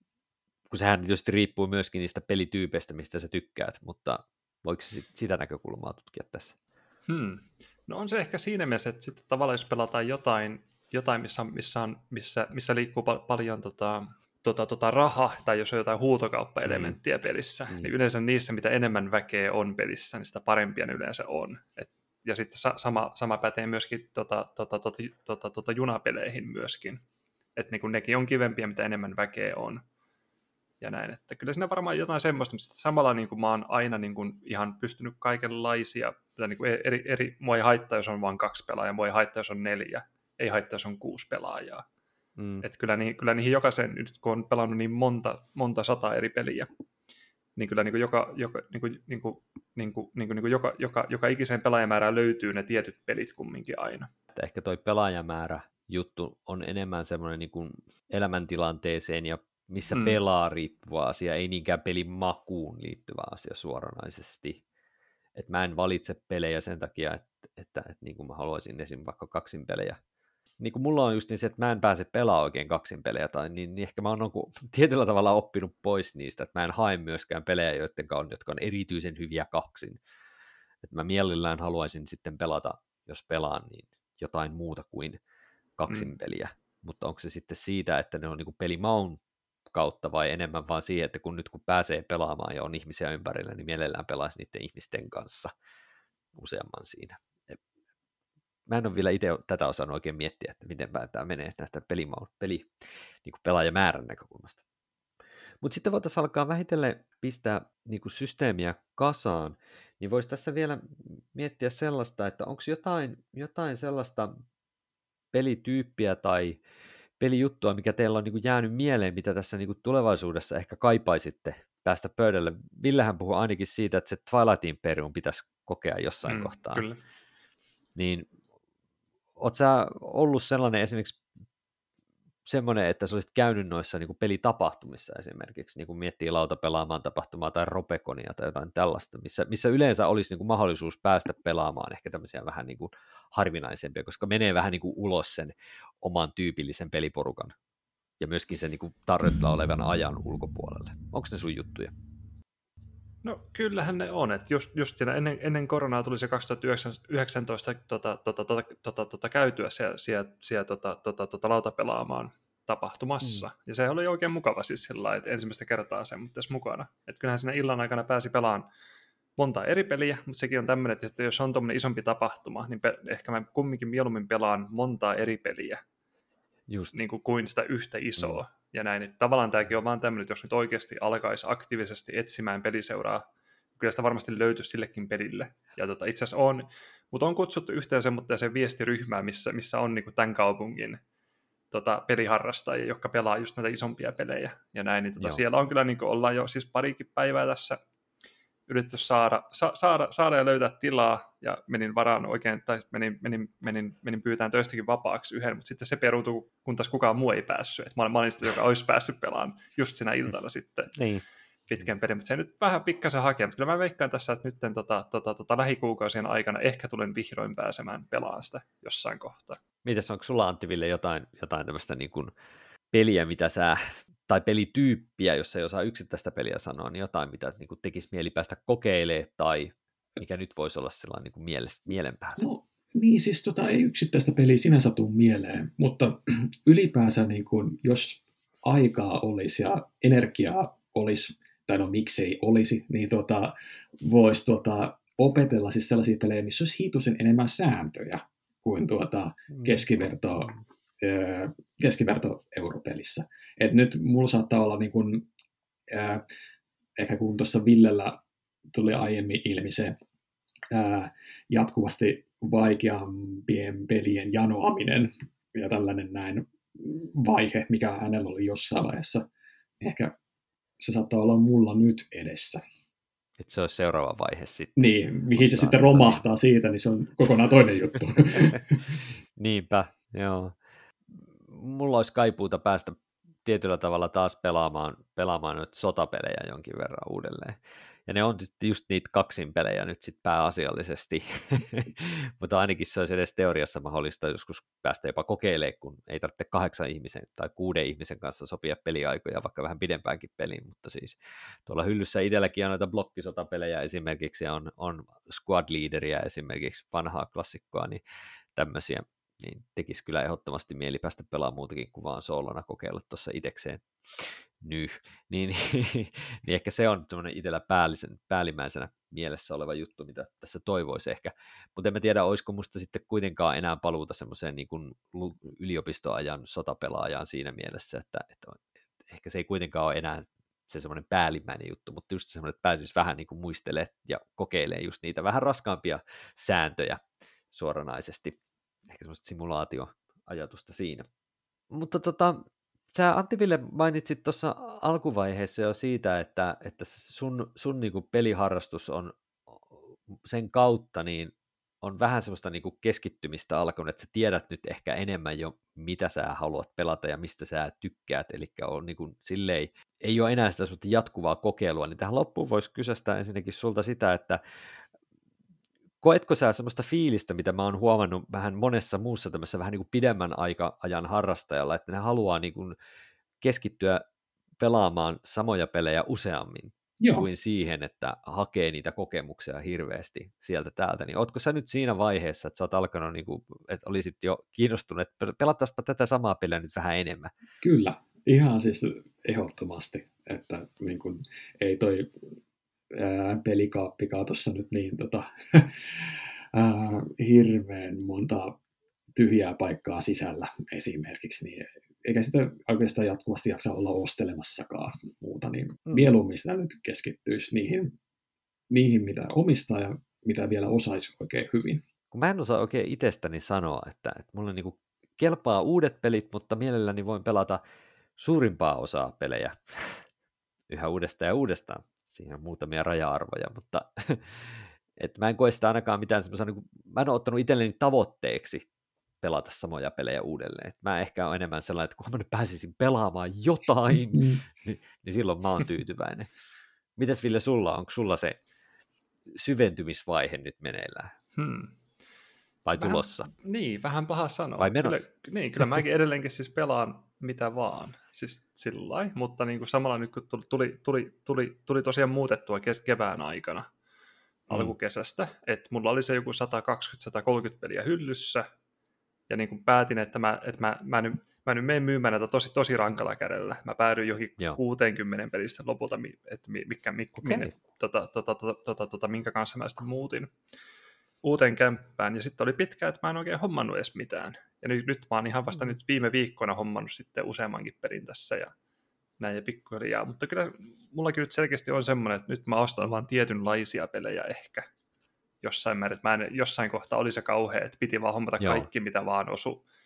kun sehän tietysti riippuu myöskin niistä pelityypeistä, mistä sä tykkäät, mutta voiko sitä näkökulmaa tutkia tässä? Hmm. No on se ehkä siinä mielessä, että sitten tavallaan jos pelataan jotain, jotain missä, missä, on, missä, missä liikkuu pal- paljon tota, tota, tota raha, tai jos on jotain huutokauppaelementtiä mm. pelissä, mm. niin yleensä niissä, mitä enemmän väkeä on pelissä, niin sitä parempia ne yleensä on. Et, ja sitten sa- sama, sama pätee myöskin tota, tota, tota, tota, tota junapeleihin myöskin. Että niin nekin on kivempiä, mitä enemmän väkeä on. Ja näin, että kyllä siinä varmaan jotain semmoista, mutta samalla niin kuin mä oon aina niin kuin ihan pystynyt kaikenlaisia, niin kuin eri, eri, mua ei haittaa, jos on vain kaksi pelaajaa, mua ei haittaa, jos on neljä, ei haittaa, jos on kuusi pelaajaa. Mm. Että kyllä, niin, kyllä niihin jokaisen, nyt kun on pelannut niin monta, monta sataa eri peliä, niin kyllä niin kuin joka, joka, niin kuin, niin kuin, niin kuin, niin kuin, niin kuin joka, joka, joka ikiseen pelaajamäärään löytyy ne tietyt pelit kumminkin aina. Että ehkä toi pelaajamäärä juttu on enemmän semmoinen niin kuin elämäntilanteeseen ja missä mm. pelaa riippuva asia, ei niinkään pelin makuun liittyvä asia suoranaisesti. Että mä en valitse pelejä sen takia, että, että, että niin kuin mä haluaisin esim. Vaikka kaksin pelejä. Niin kuin mulla on just niin se, että mä en pääse pelaamaan oikein kaksin pelejä, tai niin, niin ehkä mä oon tietyllä tavalla oppinut pois niistä, että mä en hae myöskään pelejä, jotka on, jotka on erityisen hyviä kaksin. Että mä mielellään haluaisin sitten pelata, jos pelaan, niin jotain muuta kuin kaksin mm. peliä. Mutta onko se sitten siitä, että ne on niin kuin pelimaun kautta vai enemmän vaan siihen, että kun nyt kun pääsee pelaamaan ja on ihmisiä ympärillä, niin mielellään pelaisi niiden ihmisten kanssa useamman siinä. Mä en ole vielä itse tätä osannut oikein miettiä, että miten tämä menee näistä pelimaun, peli, niin kuin pelaajamäärän näkökulmasta. Mutta sitten voitaisiin alkaa vähitellen pistää niin kuin systeemiä kasaan, niin voisi tässä vielä miettiä sellaista, että onko jotain, jotain sellaista pelityyppiä tai pelijuttua, mikä teillä on niin kuin jäänyt mieleen, mitä tässä niin kuin tulevaisuudessa ehkä kaipaisitte päästä pöydälle. Villehän puhui ainakin siitä, että se Twilight Imperium pitäisi kokea jossain mm, kohtaa. Kyllä. Niin oot sä ollut sellainen esimerkiksi semmoinen, että sä olisit käynyt noissa niin kuin pelitapahtumissa esimerkiksi, niin kuin miettii lautapelaamaan tapahtumaa tai Robeconia tai jotain tällaista, missä, missä yleensä olisi niin kuin mahdollisuus päästä pelaamaan ehkä tämmöisiä vähän niin kuin harvinaisempia, koska menee vähän niin kuin ulos sen oman tyypillisen peliporukan ja myöskin sen niin kuin tarjolla olevan ajan ulkopuolelle. Onko ne sun juttuja? No kyllähän ne on, että just, just siinä ennen, ennen koronaa tuli se kaksituhattayhdeksäntoista tota, tota, tota, tota, tota, käytyä siellä, siellä, siellä tota, tota, tota, lautapelaamaan tapahtumassa, mm. ja se oli oikein mukava siis sillä lailla, että ensimmäistä kertaa sen mutta tässä mukana. Että kyllähän siinä illan aikana pääsi pelaamaan monta eri peliä, mutta sekin on tämmöinen, että jos on tuommoinen isompi tapahtuma, niin pe- ehkä mä kumminkin mieluummin pelaan montaa eri peliä just niin kuin, kuin sitä yhtä isoa. Mm. Ja näin, että tavallaan tämäkin on vaan tämmöinen, että jos nyt oikeasti alkaisi aktiivisesti etsimään peliseuraa, kyllä sitä varmasti löytyisi sillekin pelille. Ja tota, itse asiassa on, mutta on kutsuttu yhteen semmoiseen viestiryhmään, missä, missä on niin kuin tämän kaupungin tota, peliharrastajia, jotka pelaa just näitä isompia pelejä ja näin, niin tota, siellä on kyllä, niin kuin ollaan jo siis parikin päivää tässä yritetty saada, sa, saada, saada ja löytää tilaa, ja menin varaan oikein, tai menin, menin, menin, menin pyytämään töistäkin vapaaksi yhden, mutta sitten se peruutui, kun taas kukaan muu ei päässyt. Et mä, olin, mä olin sitä, joka olisi päässyt pelaamaan just siinä iltana sitten niin. pitkän pelin, mutta se nyt vähän pikkasen hakee, mutta kyllä mä veikkaan tässä, että nyt tota, tota, tota, lähikuukausien aikana ehkä tulen vihdoin pääsemään pelaamaan sitä jossain kohtaa. Mites, onko sulla, Antti Ville, jotain, jotain tämmöistä niin kuin peliä, mitä sä, tai pelityyppiä, jos ei osaa yksittäistä peliä sanoa, niin jotain, mitä niin kuin tekisi mieli päästä kokeilemaan, tai mikä nyt voisi olla sellainen niin kuin mieles, mielen päällä? No niin, siis tota, ei yksittäistä peliä sinänsä tule mieleen, mutta ylipäänsä niin kuin, jos aikaa olisi ja energiaa olisi, tai no miksei olisi, niin tota, voisi tota, opetella siis sellaisia pelejä, missä olisi hitusen enemmän sääntöjä kuin tuota, keskiverto, äh, keskiverto europelissä. Et nyt mulla saattaa olla, niin kun, äh, ehkä kun tuossa Villellä tuli aiemmin ilmi se äh, jatkuvasti vaikeampien pelien janoaminen ja tällainen näin vaihe, mikä hänellä oli jossain vaiheessa. Ehkä se saattaa olla mulla nyt edessä. Että se olisi seuraava vaihe sitten. Niin, mihin se sitten romahtaa siitä, niin se on kokonaan toinen juttu. Niinpä, joo. Mulla olisi kaipuuta päästä tietyllä tavalla taas pelaamaan, pelaamaan nyt sotapelejä jonkin verran uudelleen. Ja ne on just niitä kaksin pelejä nyt sitten pääasiallisesti, mutta ainakin se olisi edes teoriassa mahdollista joskus päästä jopa kokeilemaan, kun ei tarvitse kahdeksan ihmisen tai kuuden ihmisen kanssa sopia peliaikoja, vaikka vähän pidempäänkin peliin, mutta siis tuolla hyllyssä itselläkin on noita blokkisotapelejä esimerkiksi, ja on, on Squad Leaderia esimerkiksi, vanhaa klassikkoa, niin tämmöisiä, niin tekisi kyllä ehdottomasti mieli päästä pelaamaan muutakin kuin vaan soolona kokeilla tuossa itekseen. Nyh. Niin, niin ehkä se on itsellä päällisen, päällimmäisenä mielessä oleva juttu, mitä tässä toivoisi ehkä. Mutta en mä tiedä, olisiko musta sitten kuitenkaan enää paluuta semmoiseen niin kuin yliopistoajan sotapelaajaan siinä mielessä, että, että ehkä se ei kuitenkaan ole enää se semmoinen päällimmäinen juttu, mutta just semmoinen, että pääsisi vähän niin kuin muistelemaan ja kokeilemaan just niitä vähän raskaampia sääntöjä suoranaisesti. Ehkä semmoista simulaatioajatusta siinä. Mutta tota, sä Antti Ville mainitsit tuossa alkuvaiheessa jo siitä, että, että sun, sun niinku peliharrastus on sen kautta niin on vähän semmoista niinku keskittymistä alkanut, että sä tiedät nyt ehkä enemmän jo, mitä sä haluat pelata ja mistä sä tykkäät, eli on niinku silleen, ei ole enää sitä semmoista jatkuvaa kokeilua, niin tähän loppuun voisi kysästä ensinnäkin sulta sitä, että koetko sä semmoista fiilistä, mitä mä oon huomannut vähän monessa muussa tämmöisessä vähän niin kuin pidemmän aika-ajan harrastajalla, että ne haluaa niin kuin keskittyä pelaamaan samoja pelejä useammin Joo. kuin siihen, että hakee niitä kokemuksia hirveästi sieltä täältä, niin ootko sä nyt siinä vaiheessa, että sä oot alkanut, niin kuin, että olisit jo kiinnostunut, että pelataanpa tätä samaa peliä nyt vähän enemmän? Kyllä, ihan siis ehdottomasti, että niin kuin, ei toi pelikaappikaan tuossa nyt niin tota, ää, hirveän monta tyhjää paikkaa sisällä esimerkiksi, niin eikä sitä oikeastaan jatkuvasti jaksa olla ostelemassakaan muuta, niin mieluummin sitä nyt keskittyisi niihin, niihin, mitä omistaa ja mitä vielä osaisi oikein hyvin. Kun mä en osaa oikein itsestäni sanoa, että, että mulle niinku kelpaa uudet pelit, mutta mielelläni voin pelata suurimpaa osaa pelejä yhä uudestaan ja uudestaan. Siinä on muutamia raja-arvoja, mutta et mä en koe sitä ainakaan mitään semmoista, niin mä en ole ottanut itselleni tavoitteeksi pelata samoja pelejä uudelleen. Et mä ehkä olen enemmän sellainen, että kun mä nyt pääsisin pelaamaan jotain, mm. niin, niin silloin mä oon tyytyväinen. Mitäs Ville sulla, onko sulla se syventymisvaihe nyt meneillään? Hmm. Vai vähän, tulossa? Niin, vähän paha sanoa. Vai menossa? Kyllä, niin, kyllä mäkin edelleenkin siis pelaan mitä vaan, siis sillä lailla, mutta niin kuin samalla nyt kun tuli, tuli, tuli, tuli tosiaan muutettua kevään aikana mm. alkukesästä, että mulla oli se joku sata kaksikymmentä kolmekymmentä peliä hyllyssä, ja niin kuin päätin, että mä, että mä, mä, nyt, mä nyt menen myymään näitä tosi, tosi rankalla kädellä. Mä päädyin johonkin Joo. kuuteenkymmeneen pelistä lopulta, että mikä, mikä, okay. minne, tota, tota, tota, tota, tota, minkä kanssa mä sitten muutin uuteen kämppään, ja sitten oli pitkä, että mä en oikein hommannut edes mitään. Ja nyt, nyt mä oon ihan vasta mm. nyt viime viikkoina hommannut sitten useammankin pelin tässä, ja näin ja pikkuhiljaa. Mutta kyllä mullakin nyt selkeästi on semmoinen, että nyt mä ostan vaan tietynlaisia pelejä ehkä jossain määrin. Mä en, jossain kohtaa oli se kauhea, että piti vaan hommata Joo. kaikki, mitä vaan osui.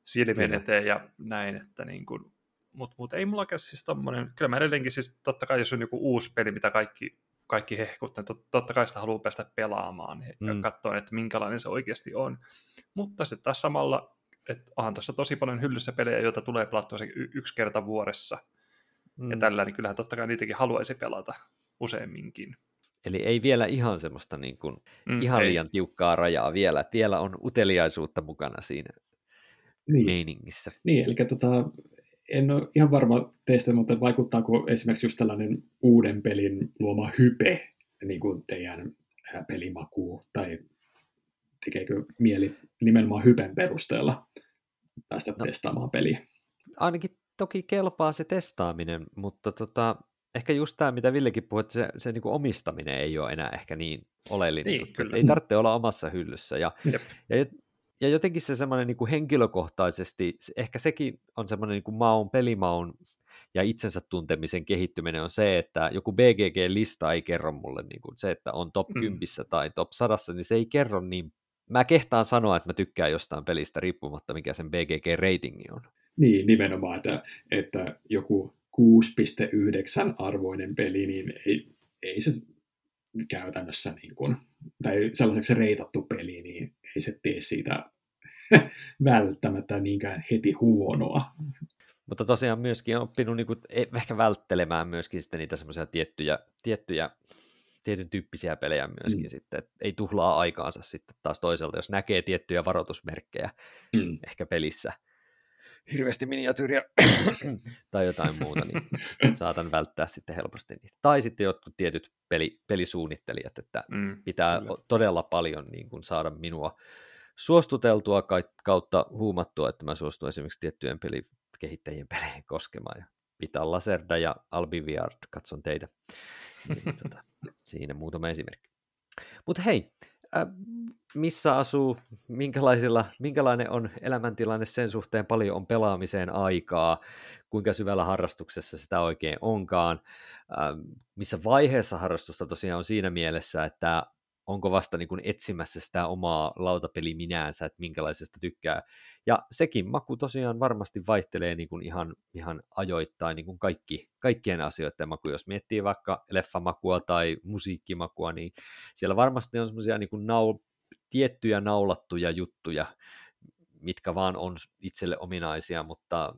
silmien Kyllä. eteen ja näin, että niin kuin, mutta mut ei mulla siis tommonen, kyllä mä edelleenkin siis totta kai jos on joku uusi peli, mitä kaikki, kaikki hehkut, niin tot, totta kai sitä haluaa päästä pelaamaan ja Mm. katsoa, että minkälainen se oikeasti on, mutta sitten taas samalla, että onhan tuossa tosi paljon hyllyssä pelejä, joita tulee pelattua se y- yksi kerta vuodessa, Mm. ja tällä, niin kyllähän totta kai niitäkin haluaisi pelata useamminkin. Eli ei vielä ihan semmoista niin kuin, Mm, ihan ei. liian tiukkaa rajaa vielä, että vielä on uteliaisuutta mukana siinä Niin, meiningissä. niin eli tota, en ole ihan varma teistä, mutta vaikuttaako esimerkiksi just tällainen uuden pelin luoma hype niin kuin teidän ää, pelimakuun, tai tekeekö mieli nimenomaan hypen perusteella päästä No. testaamaan peliä? Ainakin toki kelpaa se testaaminen, mutta tota, ehkä just tämä, mitä Villekin puhui, että se, se niin kuin omistaminen ei ole enää ehkä niin oleellinen. Niin, juttu, kyllä. että ei tarvitse olla omassa hyllyssä. Ja, Jep. ja, ja jotenkin se semmoinen niin kuin henkilökohtaisesti, se- ehkä sekin on semmoinen niin kuin maun, pelimaun ja itsensä tuntemisen kehittyminen on se, että joku B G G-lista ei kerro mulle niin kuin se, että on top Mm. kymmenen tai top sata, niin se ei kerro niin. Mä kehtaan sanoa, että mä tykkään jostain pelistä riippumatta, mikä sen B G G-ratingi on. Niin, nimenomaan, että, että joku kuusi pilkku yhdeksän arvoinen peli, niin ei, ei se käytännössä, niin kuin, tai sellaiseksi reitattu peli, niin ei se tee siitä välttämättä niinkään heti huonoa. Mutta tosiaan myöskin on oppinut niin kuin, ehkä välttelemään myöskin sitten niitä semmoisia tiettyjä, tiettyjä, tietyn tyyppisiä pelejä myöskin Mm. sitten, että ei tuhlaa aikaansa sitten taas toisaalta, jos näkee tiettyjä varoitusmerkkejä Mm. ehkä pelissä, hirveästi miniatyyriä tai jotain muuta, niin saatan välttää sitten helposti niitä. Tai sitten jotkut tietyt peli, pelisuunnittelijat, että Mm, pitää kyllä. todella paljon niin kuin saada minua suostuteltua kautta huumattua, että mä suostun esimerkiksi tiettyjen pelikehittäjien peleihin koskemaan. Ja Vital Lacerda ja Albiviard, katson teitä. Niin, tota, siinä muutama esimerkki. Mutta hei, äh, missä asuu, minkälaisilla, minkälainen on elämäntilanne sen suhteen, paljon on pelaamiseen aikaa, kuinka syvällä harrastuksessa sitä oikein onkaan, äh, missä vaiheessa harrastusta tosiaan on siinä mielessä, että onko vasta niin kuin etsimässä sitä omaa lautapeliminäänsä, että minkälaisesta tykkää. Ja sekin maku tosiaan varmasti vaihtelee niin kuin ihan, ihan ajoittain, niin kuin kaikki, kaikkien asioiden maku. Jos miettii vaikka leffamakua tai musiikkimakua, niin siellä varmasti on semmoisia niin kuin naul, tiettyjä naulattuja juttuja, mitkä vaan on itselle ominaisia, mutta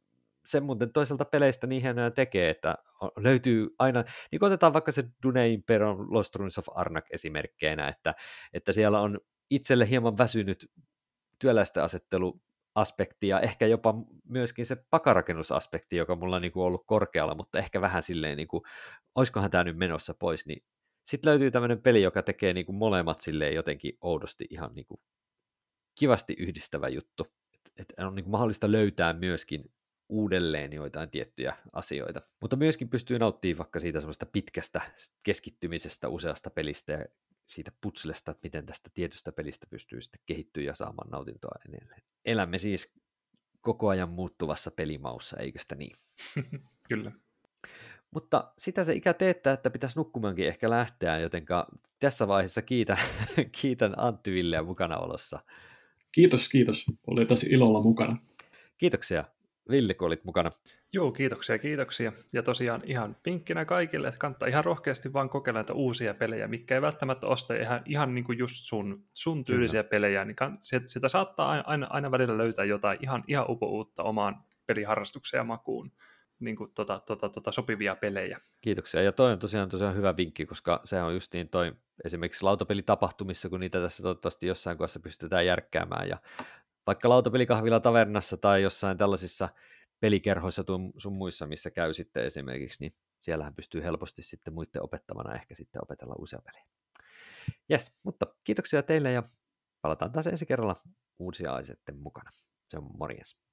sen muuten toisaalta peleistä niin hienoja tekee, että löytyy aina, niin kuin otetaan vaikka se Dune Imperon Lost Ruins of Arnak esimerkkeinä, että, että siellä on itselle hieman väsynyt työläisten asetteluaspekti ja ehkä jopa myöskin se pakarakennusaspekti, joka mulla on niin kuin ollut korkealla, mutta ehkä vähän silleen, niin kuin, olisikohan tämä nyt menossa pois, niin sitten löytyy tämmöinen peli, joka tekee niin kuin molemmat silleen jotenkin oudosti ihan niin kuin kivasti yhdistävä juttu, että on niin kuin mahdollista löytää myöskin uudelleen joitain tiettyjä asioita. Mutta myöskin pystyy nauttimaan vaikka siitä semmoista pitkästä keskittymisestä useasta pelistä ja siitä putslesta, että miten tästä tietystä pelistä pystyy sitten kehittyä ja saamaan nautintoa edelleen. Elämme siis koko ajan muuttuvassa pelimaussa, eikö sitä niin? Kyllä. Mutta sitä se ikä teettää, että pitäisi nukkumaankin ehkä lähteä, jotenka tässä vaiheessa kiitän, kiitän Antti Villeä mukanaolossa. Kiitos, kiitos. Oli tosi ilolla mukana. Kiitoksia. Ville, kun olit mukana. Joo, kiitoksia, kiitoksia. Ja tosiaan ihan vinkkinä kaikille, että kannattaa ihan rohkeasti vaan kokeilla näitä uusia pelejä, mikä ei välttämättä osta ihan, ihan niin kuin just sun, sun tyylisiä Kyllä. pelejä, niin kann, sitä, sitä saattaa aina, aina välillä löytää jotain ihan, ihan upouutta omaan peliharrastukseen ja makuun, niin kuin tota, tota, tota sopivia pelejä. Kiitoksia. Ja toi on tosiaan, tosiaan hyvä vinkki, koska se on just niin toi esimerkiksi lautapelitapahtumissa, kun niitä tässä toivottavasti jossain kohdassa pystytään järkkäämään ja vaikka lautapelikahvilla tavernassa tai jossain tällaisissa pelikerhoissa sun muissa, missä käy sitten esimerkiksi, niin siellähän pystyy helposti sitten muiden opettamana ehkä sitten opetella uusia pelejä. Jes, mutta kiitoksia teille ja palataan taas ensi kerralla uusia aiheiden mukana. Se on morjens.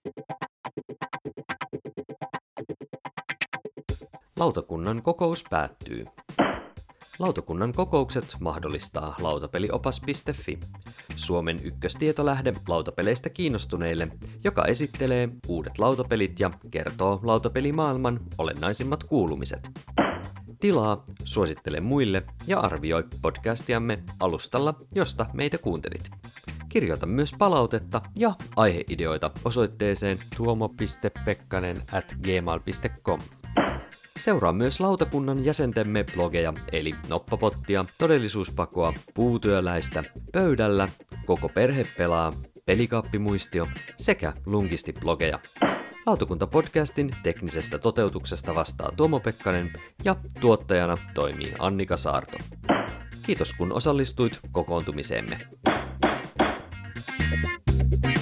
Lautakunnan kokous päättyy. Lautakunnan kokoukset mahdollistaa lautapeliopas piste fi, Suomen ykköstietolähde lautapeleistä kiinnostuneille, joka esittelee uudet lautapelit ja kertoo lautapelimaailman olennaisimmat kuulumiset. Tilaa, suosittele muille ja arvioi podcastiamme alustalla, josta meitä kuuntelit. Kirjoita myös palautetta ja aiheideoita osoitteeseen tuomo piste pekkanen at gmail piste com. Seuraa myös lautakunnan jäsentemme blogeja, eli Noppapottia, Todellisuuspakoa, Puutyöläistä, Pöydällä, Koko perhe pelaa, Pelikaappimuistio sekä Lungisti-blogeja. Lautakunta-podcastin teknisestä toteutuksesta vastaa Tuomo Pekkanen ja tuottajana toimii Annika Saarto. Kiitos kun osallistuit kokoontumiseemme.